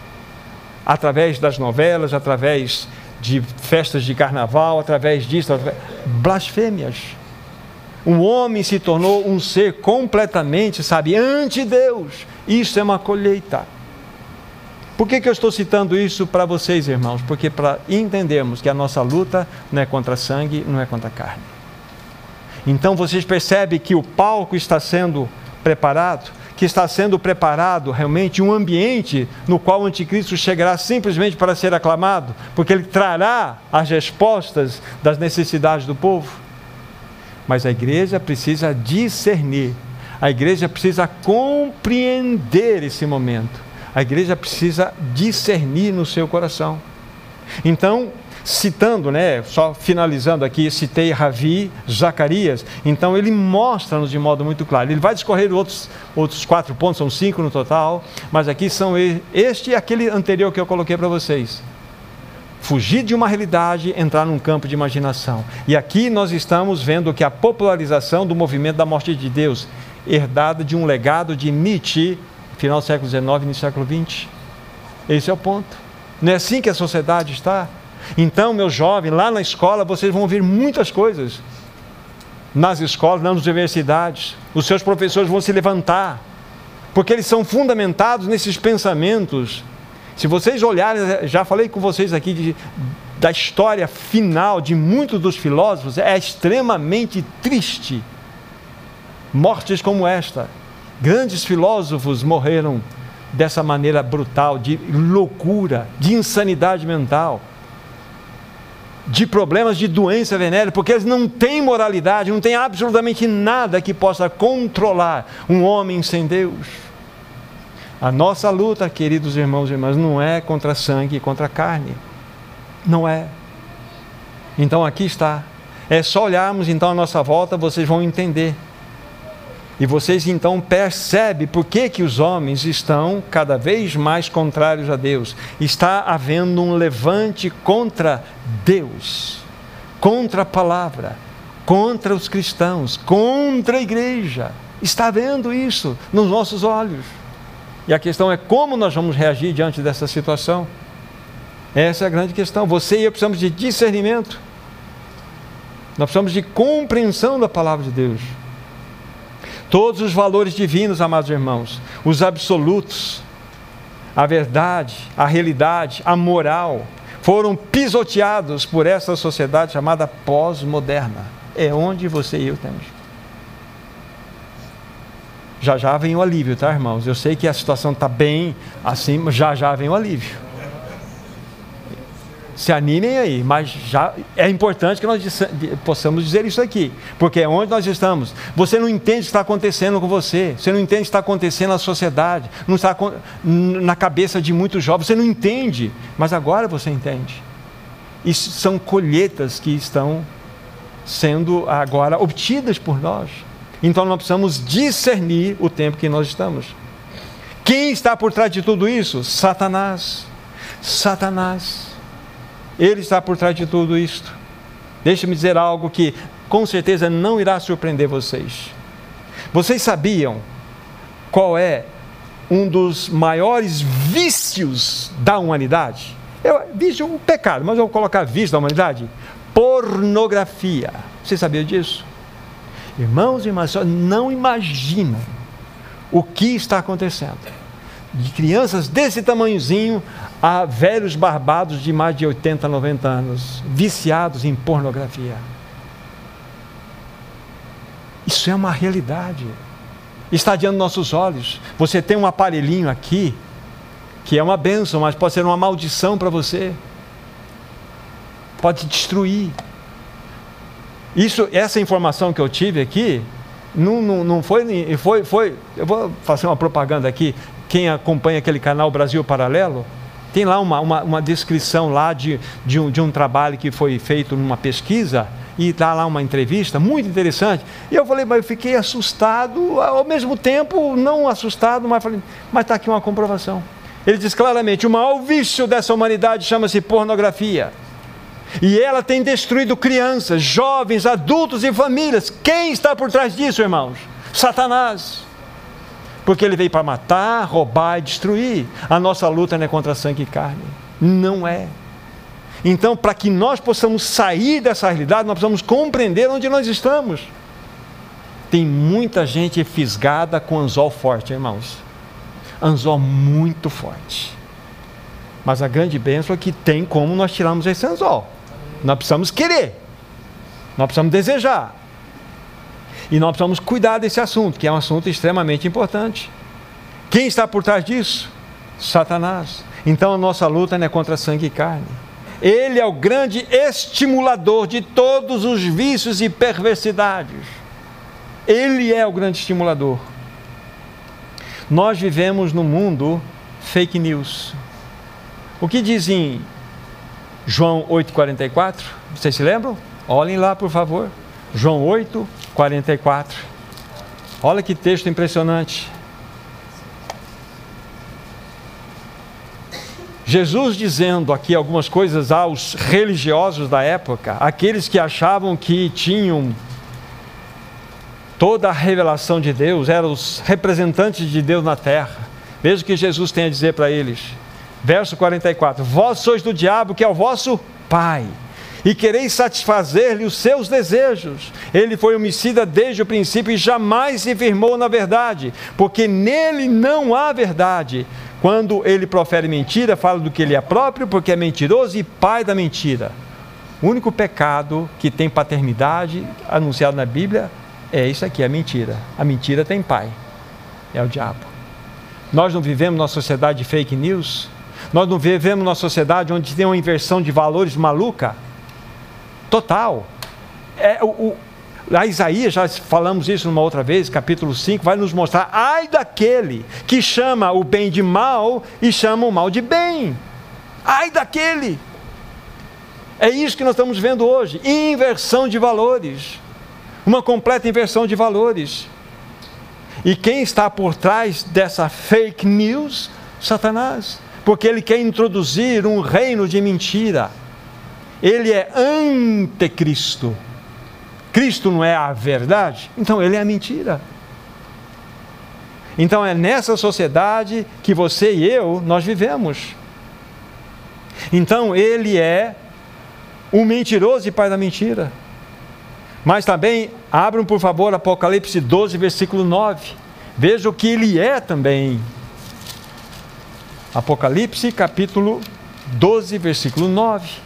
Através das novelas, através de festas de carnaval, através disso, blasfêmias. O homem se tornou um ser completamente, anti-Deus. Isso é uma colheita. Por que eu estou citando isso para vocês, irmãos? Porque para entendermos que a nossa luta não é contra sangue, não é contra carne. Então vocês percebem que o palco está sendo preparado, que está sendo preparado realmente um ambiente no qual o anticristo chegará simplesmente para ser aclamado, porque ele trará as respostas das necessidades do povo. Mas a igreja precisa discernir, a igreja precisa compreender esse momento, a igreja precisa discernir no seu coração. Então, citando, só finalizando aqui, citei Ravi, Zacarias, então ele mostra-nos de modo muito claro. Ele vai discorrer outros 4 pontos, são 5 no total, mas aqui são este e aquele anterior que eu coloquei para vocês. Fugir de uma realidade, entrar num campo de imaginação. E aqui nós estamos vendo que a popularização do movimento da morte de Deus, herdada de um legado de Nietzsche, final do século XIX, início do século XX. Esse é o ponto. Não é assim que a sociedade está? Então, meu jovem, lá na escola vocês vão ouvir muitas coisas. Nas escolas, nas universidades, os seus professores vão se levantar, porque eles são fundamentados nesses pensamentos. Se vocês olharem, já falei com vocês aqui da história final de muitos dos filósofos, é extremamente triste. Mortes como esta. Grandes filósofos morreram dessa maneira brutal, de loucura, de insanidade mental, de problemas de doença venérea, porque eles não têm moralidade, não têm absolutamente nada que possa controlar um homem sem Deus. A nossa luta, queridos irmãos e irmãs, não é contra sangue e contra carne. Não é. Então aqui está. É só olharmos então a nossa volta, vocês vão entender. E vocês então percebem por que os homens estão cada vez mais contrários a Deus. Está havendo um levante contra Deus, contra a palavra, contra os cristãos, contra a igreja. Está vendo isso nos nossos olhos. E a questão é como nós vamos reagir diante dessa situação. Essa é a grande questão. Você e eu precisamos de discernimento. Nós precisamos de compreensão da palavra de Deus. Todos os valores divinos, amados irmãos, os absolutos, a verdade, a realidade, a moral, foram pisoteados por essa sociedade chamada pós-moderna. É onde você e eu temos. Já vem o alívio, tá, irmãos? Eu sei que a situação está bem assim, mas já vem o alívio. Se animem aí, mas já é importante que nós possamos dizer isso aqui, porque é onde nós estamos. Você não entende o que está acontecendo com você, você não entende o que está acontecendo na sociedade, não está na cabeça de muitos jovens, você não entende, mas agora você entende. Isso são colheitas que estão sendo agora obtidas por nós. Então nós precisamos discernir o tempo que nós estamos. Quem está por trás de tudo isso? Satanás. Ele está por trás de tudo isto. Deixe-me dizer algo que com certeza não irá surpreender vocês. Vocês sabiam qual é um dos maiores vícios da humanidade? Vício é um pecado, mas eu vou colocar vício da humanidade. Pornografia. Vocês sabiam disso? Irmãos e irmãs, não imaginam o que está acontecendo. De crianças desse tamanhozinho a velhos barbados de mais de 80, 90 anos, viciados em pornografia. Isso é uma realidade. Está diante dos nossos olhos. Você tem um aparelhinho aqui, que é uma bênção, mas pode ser uma maldição para você. Pode te destruir. Essa informação que eu tive aqui, não foi, eu vou fazer uma propaganda aqui, quem acompanha aquele canal Brasil Paralelo, tem lá uma descrição lá de um trabalho que foi feito numa pesquisa, e dá lá uma entrevista muito interessante. E eu falei, mas eu fiquei assustado, ao mesmo tempo não assustado, mas falei, mas está aqui uma comprovação. Ele diz claramente, o maior vício dessa humanidade chama-se pornografia. E ela tem destruído crianças, jovens, adultos e famílias. Quem está por trás disso, irmãos? Satanás. Porque ele veio para matar, roubar e destruir. A nossa luta não é contra sangue e carne. Não é. Então, para que nós possamos sair dessa realidade, nós precisamos compreender onde nós estamos. Tem muita gente fisgada com anzol forte, irmãos. Anzol muito forte. Mas a grande bênção é que tem como nós tirarmos esse anzol. Nós precisamos querer. Nós precisamos desejar. E nós precisamos cuidar desse assunto, que é um assunto extremamente importante. Quem está por trás disso? Satanás. Então a nossa luta não é contra sangue e carne. Ele é o grande estimulador de todos os vícios e perversidades. Ele é o grande estimulador. Nós vivemos num mundo fake news. O que diz em João 8,44? Vocês se lembram? Olhem lá, por favor. João 8,44. Olha que texto impressionante. Jesus dizendo aqui algumas coisas aos religiosos da época, aqueles que achavam que tinham toda a revelação de Deus, eram os representantes de Deus na terra. Veja o que Jesus tem a dizer para eles. Verso 44. Vós sois do diabo, que é o vosso pai, e quereis satisfazer-lhe os seus desejos. Ele foi homicida desde o princípio e jamais se firmou na verdade, porque nele não há verdade. Quando ele profere mentira, fala do que ele é próprio, porque é mentiroso e pai da mentira. O único pecado que tem paternidade anunciado na Bíblia é isso aqui, a mentira. A mentira tem pai, é o diabo. Nós não vivemos numa sociedade de fake news? Nós não vivemos numa sociedade onde tem uma inversão de valores maluca? Total. A Isaías, já falamos isso numa outra vez, capítulo 5, vai nos mostrar, ai daquele que chama o bem de mal e chama o mal de bem. Ai daquele. É isso que nós estamos vendo hoje, inversão de valores, uma completa inversão de valores. E quem está por trás dessa fake news? Satanás, porque ele quer introduzir um reino de mentira. Ele é anticristo. Cristo não é a verdade, então ele é a mentira. Então é nessa sociedade que você e eu, nós vivemos. Então ele é o mentiroso e pai da mentira. Mas também, abram por favor Apocalipse 12, versículo 9. Veja o que ele é também. Apocalipse capítulo 12, versículo 9.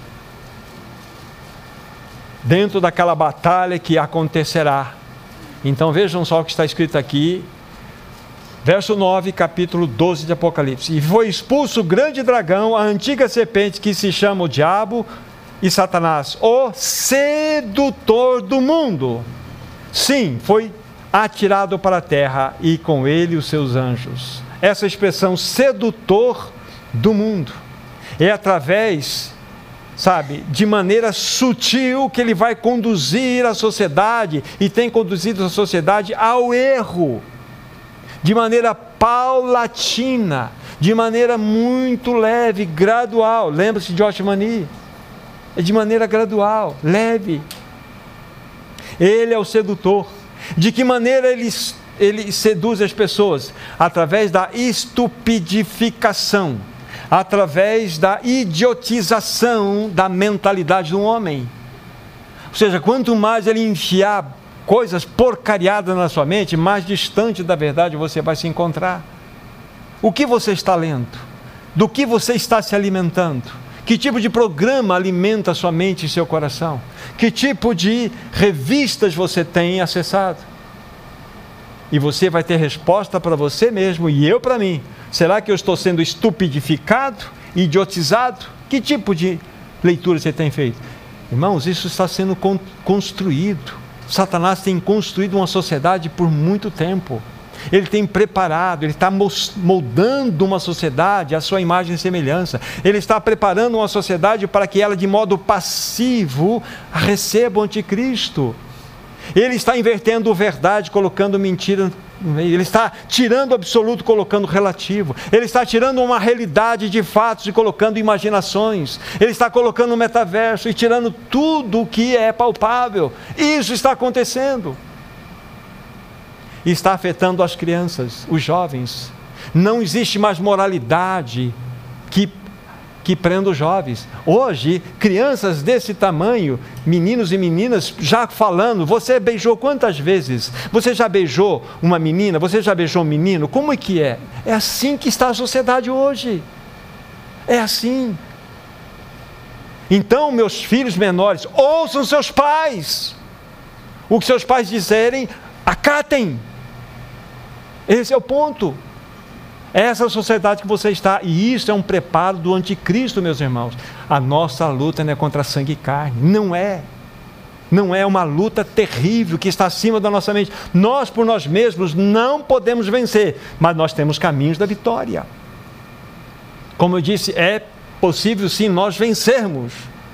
Dentro daquela batalha que acontecerá. Então vejam só o que está escrito aqui, verso 9, capítulo 12 de Apocalipse. E foi expulso o grande dragão, a antiga serpente que se chama o diabo e Satanás, o sedutor do mundo. Sim, foi atirado para a terra e com ele os seus anjos. Essa expressão sedutor do mundo é através, de maneira sutil que ele vai conduzir a sociedade e tem conduzido a sociedade ao erro, de maneira paulatina, de maneira muito leve, gradual. Lembra-se de Oshmani? É de maneira gradual, leve. Ele é o sedutor. De que maneira ele seduz as pessoas? Através da estupidificação, através da idiotização da mentalidade do homem. Ou seja, quanto mais ele enfiar coisas porcariadas na sua mente, mais distante da verdade você vai se encontrar. O que você está lendo? Do que você está se alimentando? Que tipo de programa alimenta a sua mente e seu coração? Que tipo de revistas você tem acessado? E você vai ter resposta para você mesmo e eu para mim. Será que eu estou sendo estupidificado, idiotizado? Que tipo de leitura você tem feito? Irmãos, isso está sendo construído. Satanás tem construído uma sociedade por muito tempo. Ele tem preparado, Ele está moldando uma sociedade à sua imagem e semelhança. Ele está preparando uma sociedade para que ela, de modo passivo, receba o anticristo. Ele está invertendo verdade, colocando mentira no meio. Ele está tirando o absoluto, colocando relativo. Ele está tirando uma realidade de fatos e colocando imaginações. Ele está colocando o metaverso e tirando tudo o que é palpável. Isso está acontecendo. E está afetando as crianças, os jovens. Não existe mais moralidade que prenda os jovens. Hoje, crianças desse tamanho, meninos e meninas, já falando, você beijou quantas vezes? Você já beijou uma menina? Você já beijou um menino? Como é que é? É assim que está a sociedade hoje. É assim. Então, meus filhos menores, ouçam seus pais. O que seus pais disserem, acatem. Esse é o ponto. Essa é a sociedade que você está, e isso é um preparo do anticristo, meus irmãos. A nossa luta não é contra sangue e carne, não é uma luta terrível que está acima da nossa mente. Nós por nós mesmos não podemos vencer, mas nós temos caminhos da vitória. Como eu disse, é possível sim nós vencermos.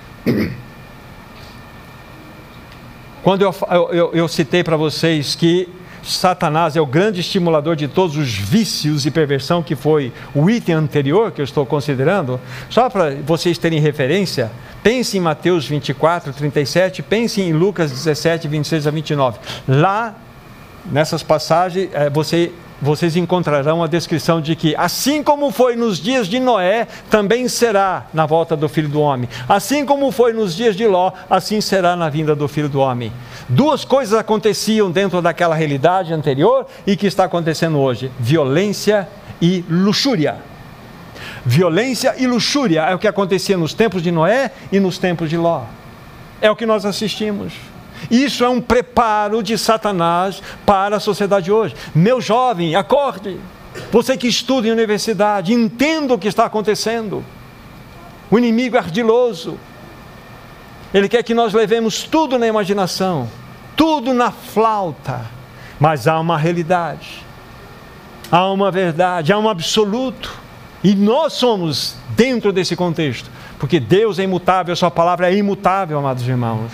Quando eu citei para vocês que Satanás é o grande estimulador de todos os vícios e perversão, que foi o item anterior que eu estou considerando, só para vocês terem referência, pense em Mateus 24, 37, pense em Lucas 17, 26 a 29. Lá, nessas passagens, vocês encontrarão a descrição de que, assim como foi nos dias de Noé, também será na volta do Filho do Homem. Assim como foi nos dias de Ló, assim será na vinda do Filho do Homem. Duas coisas aconteciam dentro daquela realidade anterior e que está acontecendo hoje: violência e luxúria. Violência e luxúria é o que acontecia nos tempos de Noé e nos tempos de Ló. É o que nós assistimos. Isso é um preparo de Satanás para a sociedade hoje. Meu jovem, acorde. Você que estuda em universidade, entenda o que está acontecendo. O inimigo é ardiloso. Ele quer que nós levemos tudo na imaginação, tudo na flauta. Mas há uma realidade, há uma verdade, há um absoluto. E nós somos dentro desse contexto, porque Deus é imutável, a sua palavra é imutável, amados irmãos.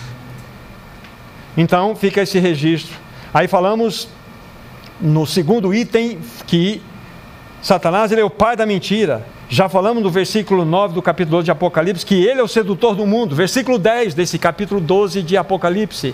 Então fica esse registro. Aí falamos no segundo item que Satanás, ele é o pai da mentira. Já falamos no versículo 9 do capítulo 12 de Apocalipse, que ele é o sedutor do mundo. Versículo 10 desse capítulo 12 de Apocalipse.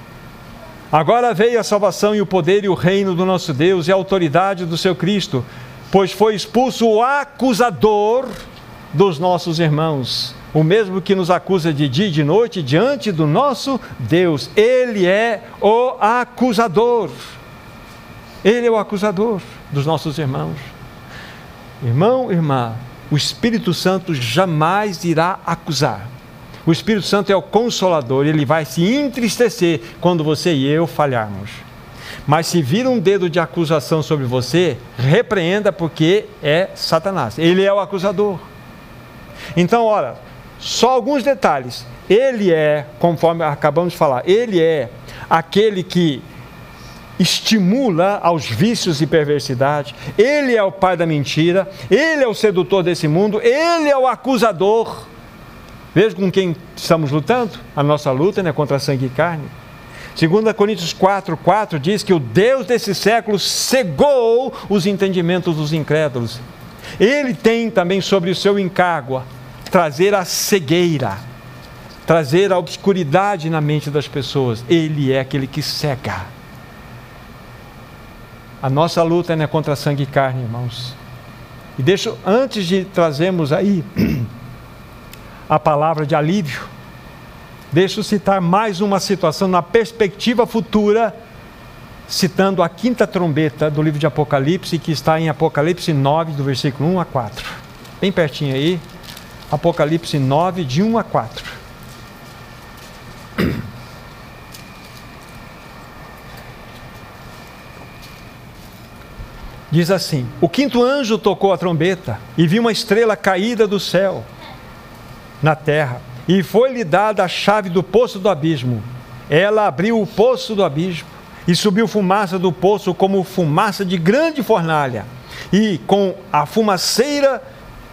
Agora veio a salvação e o poder e o reino do nosso Deus e a autoridade do seu Cristo, pois foi expulso o acusador dos nossos irmãos, o mesmo que nos acusa de dia e de noite diante do nosso Deus. Ele é o acusador. Ele é o acusador dos nossos irmãos. Irmão, irmã, o Espírito Santo jamais irá acusar. O Espírito Santo é o consolador, ele vai se entristecer quando você e eu falharmos. Mas se vir um dedo de acusação sobre você, repreenda, porque é Satanás. Ele é o acusador. Então, ora, só alguns detalhes. Ele é, conforme acabamos de falar, ele é aquele que estimula aos vícios e perversidade. Ele é o pai da mentira. Ele é o sedutor desse mundo. Ele é o acusador. Veja com quem estamos lutando. A nossa luta não é contra sangue e carne. 2 Coríntios 4:4 diz que o Deus desse século cegou os entendimentos dos incrédulos. Ele tem também sobre o seu encargo trazer a cegueira, trazer a obscuridade na mente das pessoas. Ele é aquele que cega. A nossa luta não é contra sangue e carne, irmãos. E deixo, antes de trazermos aí a palavra de alívio, deixo citar mais uma situação na perspectiva futura, citando a 5ª trombeta do livro de Apocalipse, que está em Apocalipse 9, do versículo 1 a 4. Bem pertinho aí, Apocalipse 9, de 1 a 4. Diz assim: o 5º anjo tocou a trombeta, e viu uma estrela caída do céu na terra, e foi-lhe dada a chave do poço do abismo. Ela abriu o poço do abismo, E subiu fumaça do poço como fumaça de grande fornalha. E com a fumaceira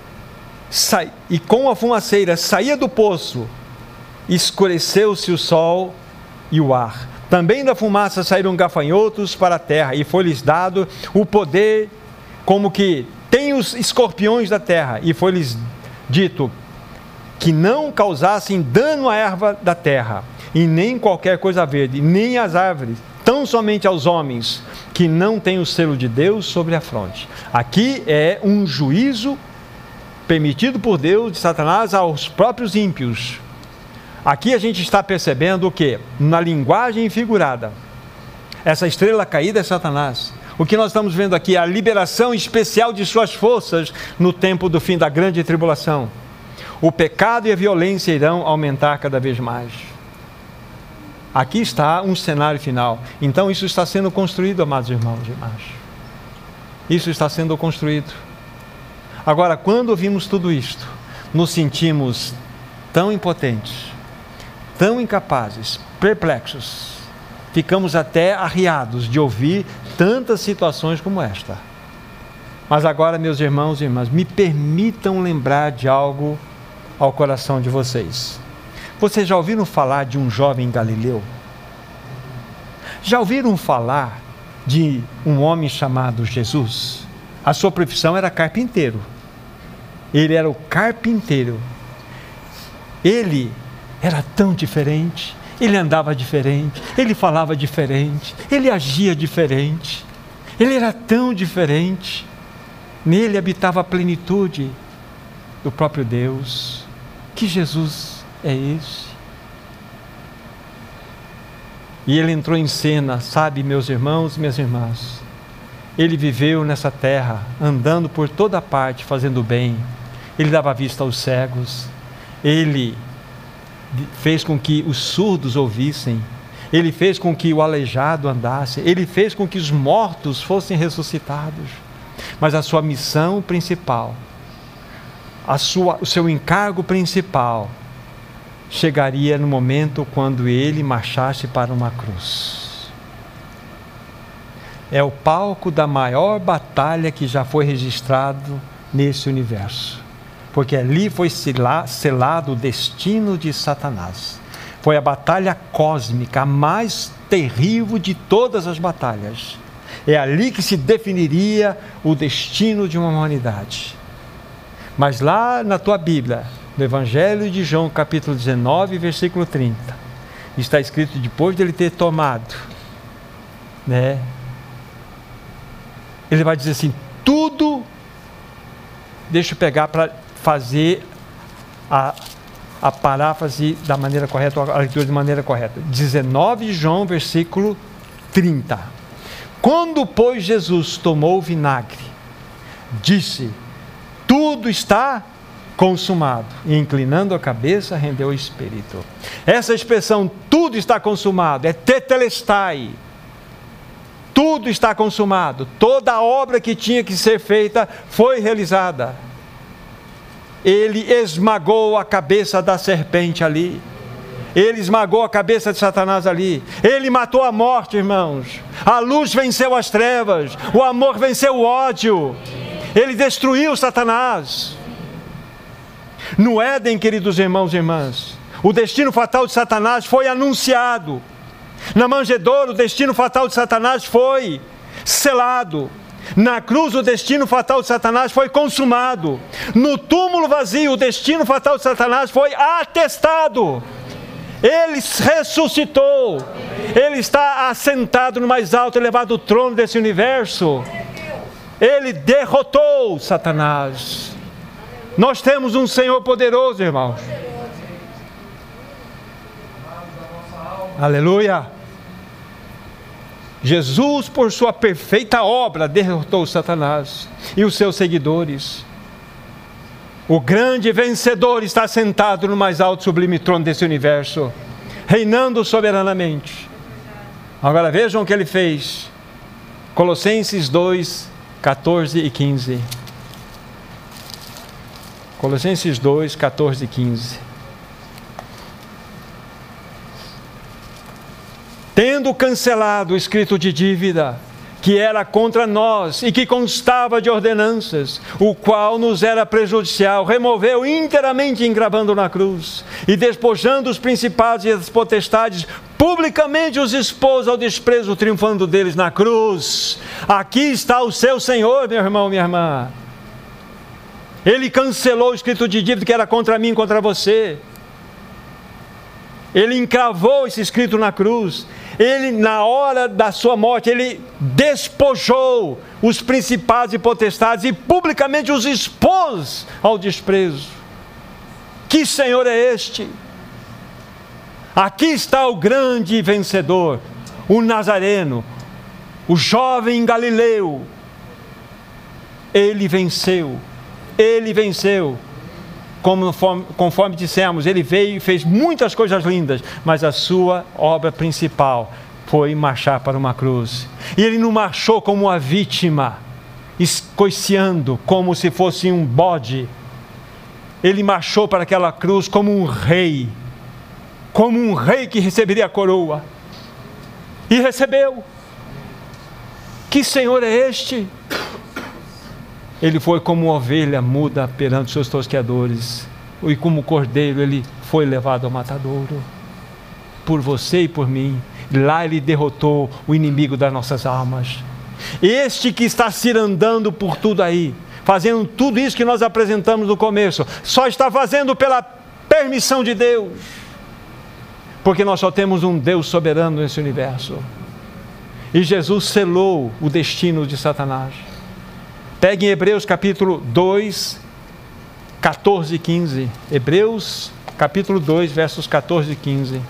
saía do poço, escureceu-se o sol e o ar. Também da fumaça saíram gafanhotos para a terra, e foi-lhes dado o poder como que tem os escorpiões da terra, e foi-lhes dito que não causassem dano à erva da terra, e nem qualquer coisa verde, nem às árvores, tão somente aos homens que não têm o selo de Deus sobre a fronte. Aqui é um juízo permitido por Deus de Satanás aos próprios ímpios. Aqui a gente está percebendo o que? Na linguagem figurada, essa estrela caída é Satanás. O que nós estamos vendo aqui é a liberação especial de suas forças no tempo do fim da grande tribulação. O pecado e a violência irão aumentar cada vez mais. Aqui está um cenário final. Então isso está sendo construído, amados irmãos e irmãs. Isso está sendo construído. Agora, quando ouvimos tudo isto, nos sentimos tão impotentes, tão incapazes, perplexos. Ficamos até arriados de ouvir tantas situações como esta. Mas agora, meus irmãos e irmãs, me permitam lembrar de algo ao coração de vocês. Vocês já ouviram falar de um jovem galileu? Já ouviram falar de um homem chamado Jesus? A sua profissão era carpinteiro. Ele era o carpinteiro. Ele era tão diferente. Ele andava diferente. Ele falava diferente. Ele agia diferente. Ele era tão diferente. Nele habitava a plenitude do próprio Deus. Que Jesus é esse? E ele entrou em cena, sabe, meus irmãos e minhas irmãs. Ele viveu nessa terra, andando por toda parte, fazendo bem. Ele dava vista aos cegos. Ele fez com que os surdos ouvissem. Ele fez com que o aleijado andasse. Ele fez com que os mortos fossem ressuscitados. Mas a sua missão principal, o seu encargo principal, chegaria no momento quando ele marchasse para uma cruz. É o palco da maior batalha que já foi registrado nesse universo. Porque ali foi selado o destino de Satanás. Foi a batalha cósmica, a mais terrível de todas as batalhas. É ali que se definiria o destino de uma humanidade. Mas lá na tua Bíblia, no Evangelho de João, capítulo 19, versículo 30, está escrito, depois de ele ter tomado, ele vai dizer assim, tudo, deixa eu pegar para fazer a paráfrase da maneira correta, a leitura de maneira correta. 19 João, versículo 30. Quando, pois, Jesus tomou o vinagre, disse, tudo está consumado. E inclinando a cabeça, rendeu o espírito. Essa expressão, tudo está consumado, é tetelestai. Tudo está consumado. Toda a obra que tinha que ser feita foi realizada. Ele esmagou a cabeça da serpente ali. Ele esmagou a cabeça de Satanás ali. Ele matou a morte, irmãos. A luz venceu as trevas. O amor venceu o ódio. Ele destruiu Satanás. No Éden, queridos irmãos e irmãs, o destino fatal de Satanás foi anunciado. Na manjedoura, o destino fatal de Satanás foi selado. Na cruz, o destino fatal de Satanás foi consumado. No túmulo vazio, o destino fatal de Satanás foi atestado. Ele ressuscitou. Ele está assentado no mais alto e elevado trono desse universo. Ele derrotou Satanás. Nós temos um Senhor poderoso, irmãos. Aleluia. Jesus, por sua perfeita obra, derrotou Satanás e os seus seguidores. O grande vencedor está sentado no mais alto e sublime trono desse universo, reinando soberanamente. Agora vejam o que ele fez. Colossenses 2, 14 e 15. Colossenses 2, 14 e 15. tendo cancelado o escrito de dívida, que era contra nós e que constava de ordenanças, o qual nos era prejudicial, removeu inteiramente engravando na cruz, e despojando os principados e as potestades, publicamente os expôs ao desprezo, triunfando deles na cruz. Aqui está o seu Senhor, meu irmão, minha irmã. Ele cancelou o escrito de dívida que era contra mim e contra você. Ele encravou esse escrito na cruz. Ele, na hora da sua morte, ele despojou os principados e potestades e publicamente os expôs ao desprezo. Que Senhor é este? Aqui está o grande vencedor, o Nazareno, o jovem Galileu. Ele venceu. Conforme dissemos, ele veio e fez muitas coisas lindas, mas a sua obra principal foi marchar para uma cruz. E ele não marchou como uma vítima, escoiciando como se fosse um bode. Ele marchou para aquela cruz como um rei que receberia a coroa. E recebeu. Que Senhor é este? Ele foi como ovelha muda perante seus tosqueadores, e como cordeiro ele foi levado ao matadouro, por você e por mim. Lá ele derrotou o inimigo das nossas almas. Este que está cirandando por tudo aí, fazendo tudo isso que nós apresentamos no começo, só está fazendo pela permissão de Deus, porque nós só temos um Deus soberano nesse universo. E Jesus selou o destino de Satanás. Pegue em Hebreus capítulo 2, 14 e 15. Hebreus capítulo 2, versos 14 e 15.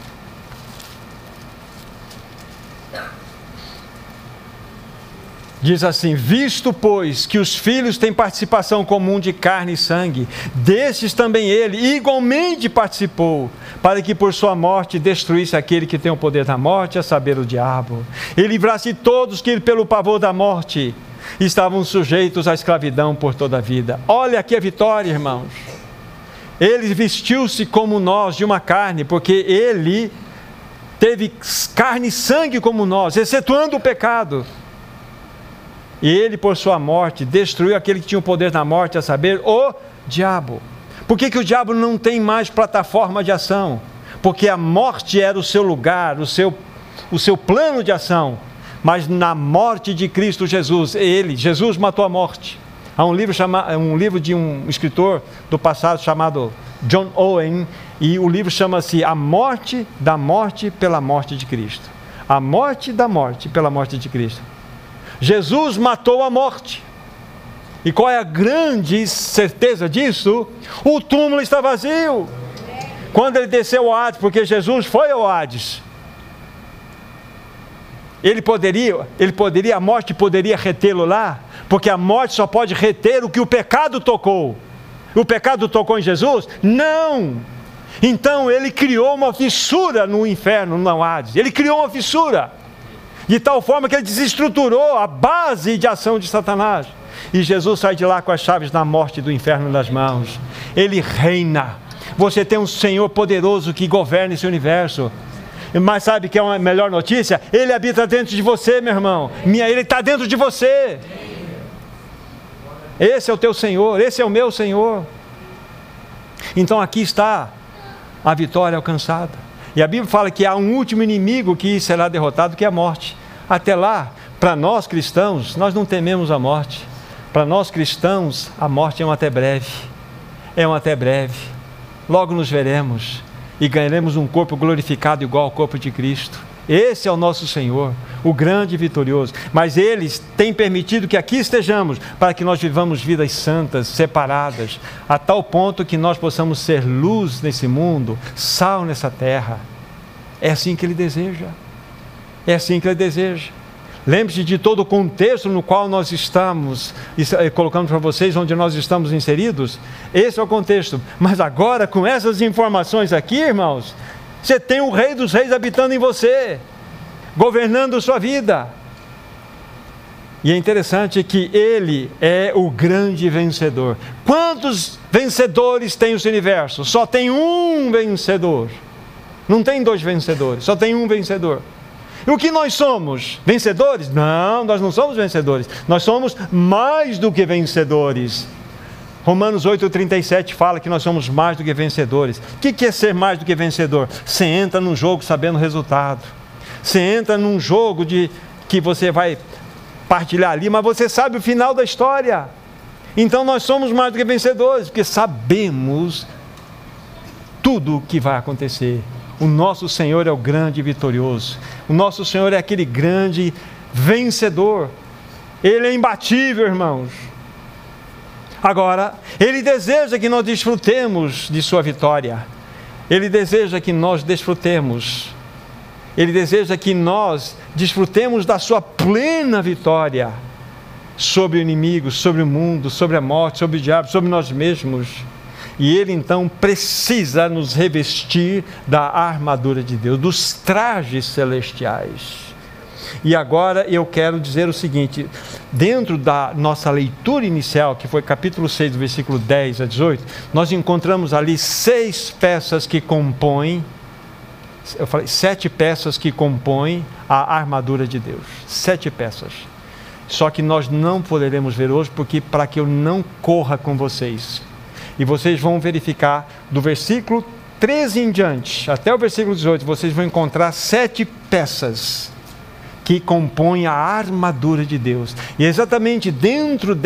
Diz assim: visto, pois, que os filhos têm participação comum de carne e sangue, destes também ele igualmente participou, para que por sua morte destruísse aquele que tem o poder da morte, a saber, o diabo, e livrasse todos que pelo pavor da morte estavam sujeitos à escravidão por toda a vida. Olha aqui a vitória, irmãos. Ele vestiu-se como nós de uma carne, porque ele teve carne e sangue como nós, excetuando o pecado. E ele, por sua morte, destruiu aquele que tinha o poder da morte, a saber, o diabo. Por que o diabo não tem mais plataforma de ação? Porque a morte era o seu lugar, o seu plano de ação. Mas na morte de Cristo Jesus, Jesus matou a morte. Há um livro de um escritor do passado chamado John Owen, e o livro chama-se A Morte da Morte pela Morte de Cristo. A morte da morte pela morte de Cristo. Jesus matou a morte. E qual é a grande certeza disso? O túmulo está vazio. Quando ele desceu ao Hades, porque Jesus foi ao Hades, a morte poderia retê-lo lá, porque a morte só pode reter o que o pecado tocou. O pecado tocou em Jesus? Não! Então ele criou uma fissura no inferno, no Hades. Ele criou uma fissura, de tal forma que ele desestruturou a base de ação de Satanás. E Jesus sai de lá com as chaves da morte e do inferno nas mãos. Ele reina. Você tem um Senhor poderoso que governa esse universo. Mas sabe que é uma melhor notícia? Ele habita dentro de você, meu irmão. Ele está dentro de você. Esse é o teu Senhor, esse é o meu Senhor. Então aqui está a vitória alcançada. E a Bíblia fala que há um último inimigo que será derrotado, que é a morte. Até lá, para nós cristãos, nós não tememos a morte. Para nós cristãos, a morte é um até breve. É um até breve. Logo nos veremos e ganharemos um corpo glorificado igual ao corpo de Cristo. Esse é o nosso Senhor, o grande e vitorioso. Mas Ele tem permitido que aqui estejamos, para que nós vivamos vidas santas, separadas, a tal ponto que nós possamos ser luz nesse mundo, sal nessa terra. É assim que Ele deseja. É assim que Ele deseja. Lembre-se de todo o contexto no qual nós estamos, colocando para vocês onde nós estamos inseridos. Esse é o contexto. Mas agora, com essas informações aqui, irmãos, você tem o Rei dos Reis habitando em você, governando sua vida. E é interessante que Ele é o grande vencedor. Quantos vencedores tem esse universo? Só tem um vencedor. Não tem dois vencedores, só tem um vencedor. O que nós somos? Vencedores? Não, nós não somos vencedores. Nós somos mais do que vencedores. Romanos 8,37 fala que nós somos mais do que vencedores. O que é ser mais do que vencedor? Você entra num jogo sabendo o resultado. Você entra num jogo que você vai partilhar ali, mas você sabe o final da história. Então nós somos mais do que vencedores, porque sabemos tudo o que vai acontecer. O nosso Senhor é o grande vitorioso. O nosso Senhor é aquele grande vencedor. Ele é imbatível, irmãos. Agora, Ele deseja que nós desfrutemos de sua vitória. Ele deseja que nós desfrutemos. Ele deseja que nós desfrutemos da sua plena vitória sobre o inimigo, sobre o mundo, sobre a morte, sobre o diabo, sobre nós mesmos. E Ele então precisa nos revestir da armadura de Deus, dos trajes celestiais. E agora eu quero dizer o seguinte, dentro da nossa leitura inicial, que foi capítulo 6, do versículo 10 a 18, nós encontramos ali 6 peças que compõem, eu falei 7 peças que compõem a armadura de Deus, 7 peças. Só que nós não poderemos ver hoje, porque para que eu não corra com vocês, e vocês vão verificar do versículo 13 em diante, até o versículo 18, vocês vão encontrar 7 peças que compõem a armadura de Deus. E é exatamente dentro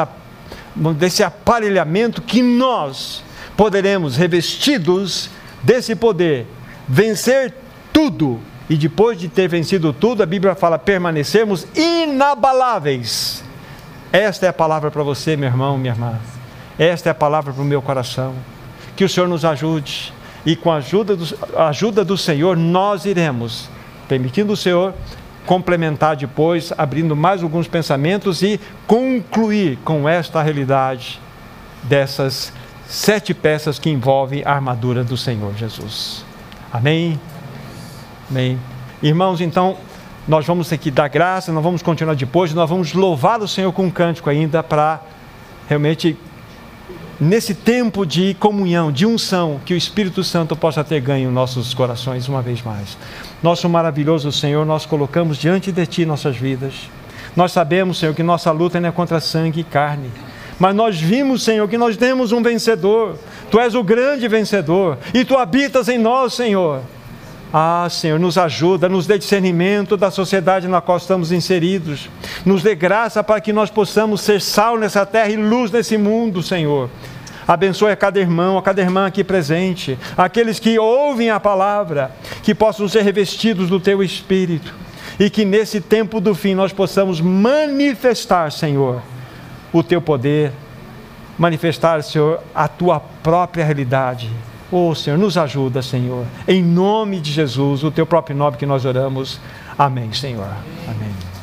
desse aparelhamento que nós poderemos, revestidos desse poder, vencer tudo. E depois de ter vencido tudo, a Bíblia fala permanecermos inabaláveis. Esta é a palavra para você, meu irmão, minha irmã. Esta é a palavra para o meu coração. Que o Senhor nos ajude. E com a ajuda do Senhor, nós iremos, permitindo o Senhor, complementar depois, abrindo mais alguns pensamentos e concluir com esta realidade dessas 7 peças que envolvem a armadura do Senhor Jesus. Amém? Amém. Irmãos, então, nós vamos aqui dar graça, nós vamos continuar depois, nós vamos louvar o Senhor com um cântico ainda para realmente, nesse tempo de comunhão, de unção, que o Espírito Santo possa ter ganho em nossos corações uma vez mais. Nosso maravilhoso Senhor, nós colocamos diante de Ti nossas vidas. Nós sabemos, Senhor, que nossa luta não é contra sangue e carne, mas nós vimos, Senhor, que nós temos um vencedor. Tu és o grande vencedor e Tu habitas em nós, Senhor. Ah, Senhor, nos ajuda, nos dê discernimento da sociedade na qual estamos inseridos. Nos dê graça para que nós possamos ser sal nessa terra e luz nesse mundo, Senhor. Abençoe a cada irmão, a cada irmã aqui presente, aqueles que ouvem a palavra, que possam ser revestidos do Teu Espírito, e que nesse tempo do fim nós possamos manifestar, Senhor, o Teu poder, manifestar, Senhor, a Tua própria realidade. Oh, Senhor, nos ajuda, Senhor, em nome de Jesus, o Teu próprio nome que nós oramos. Amém, Senhor. Amém.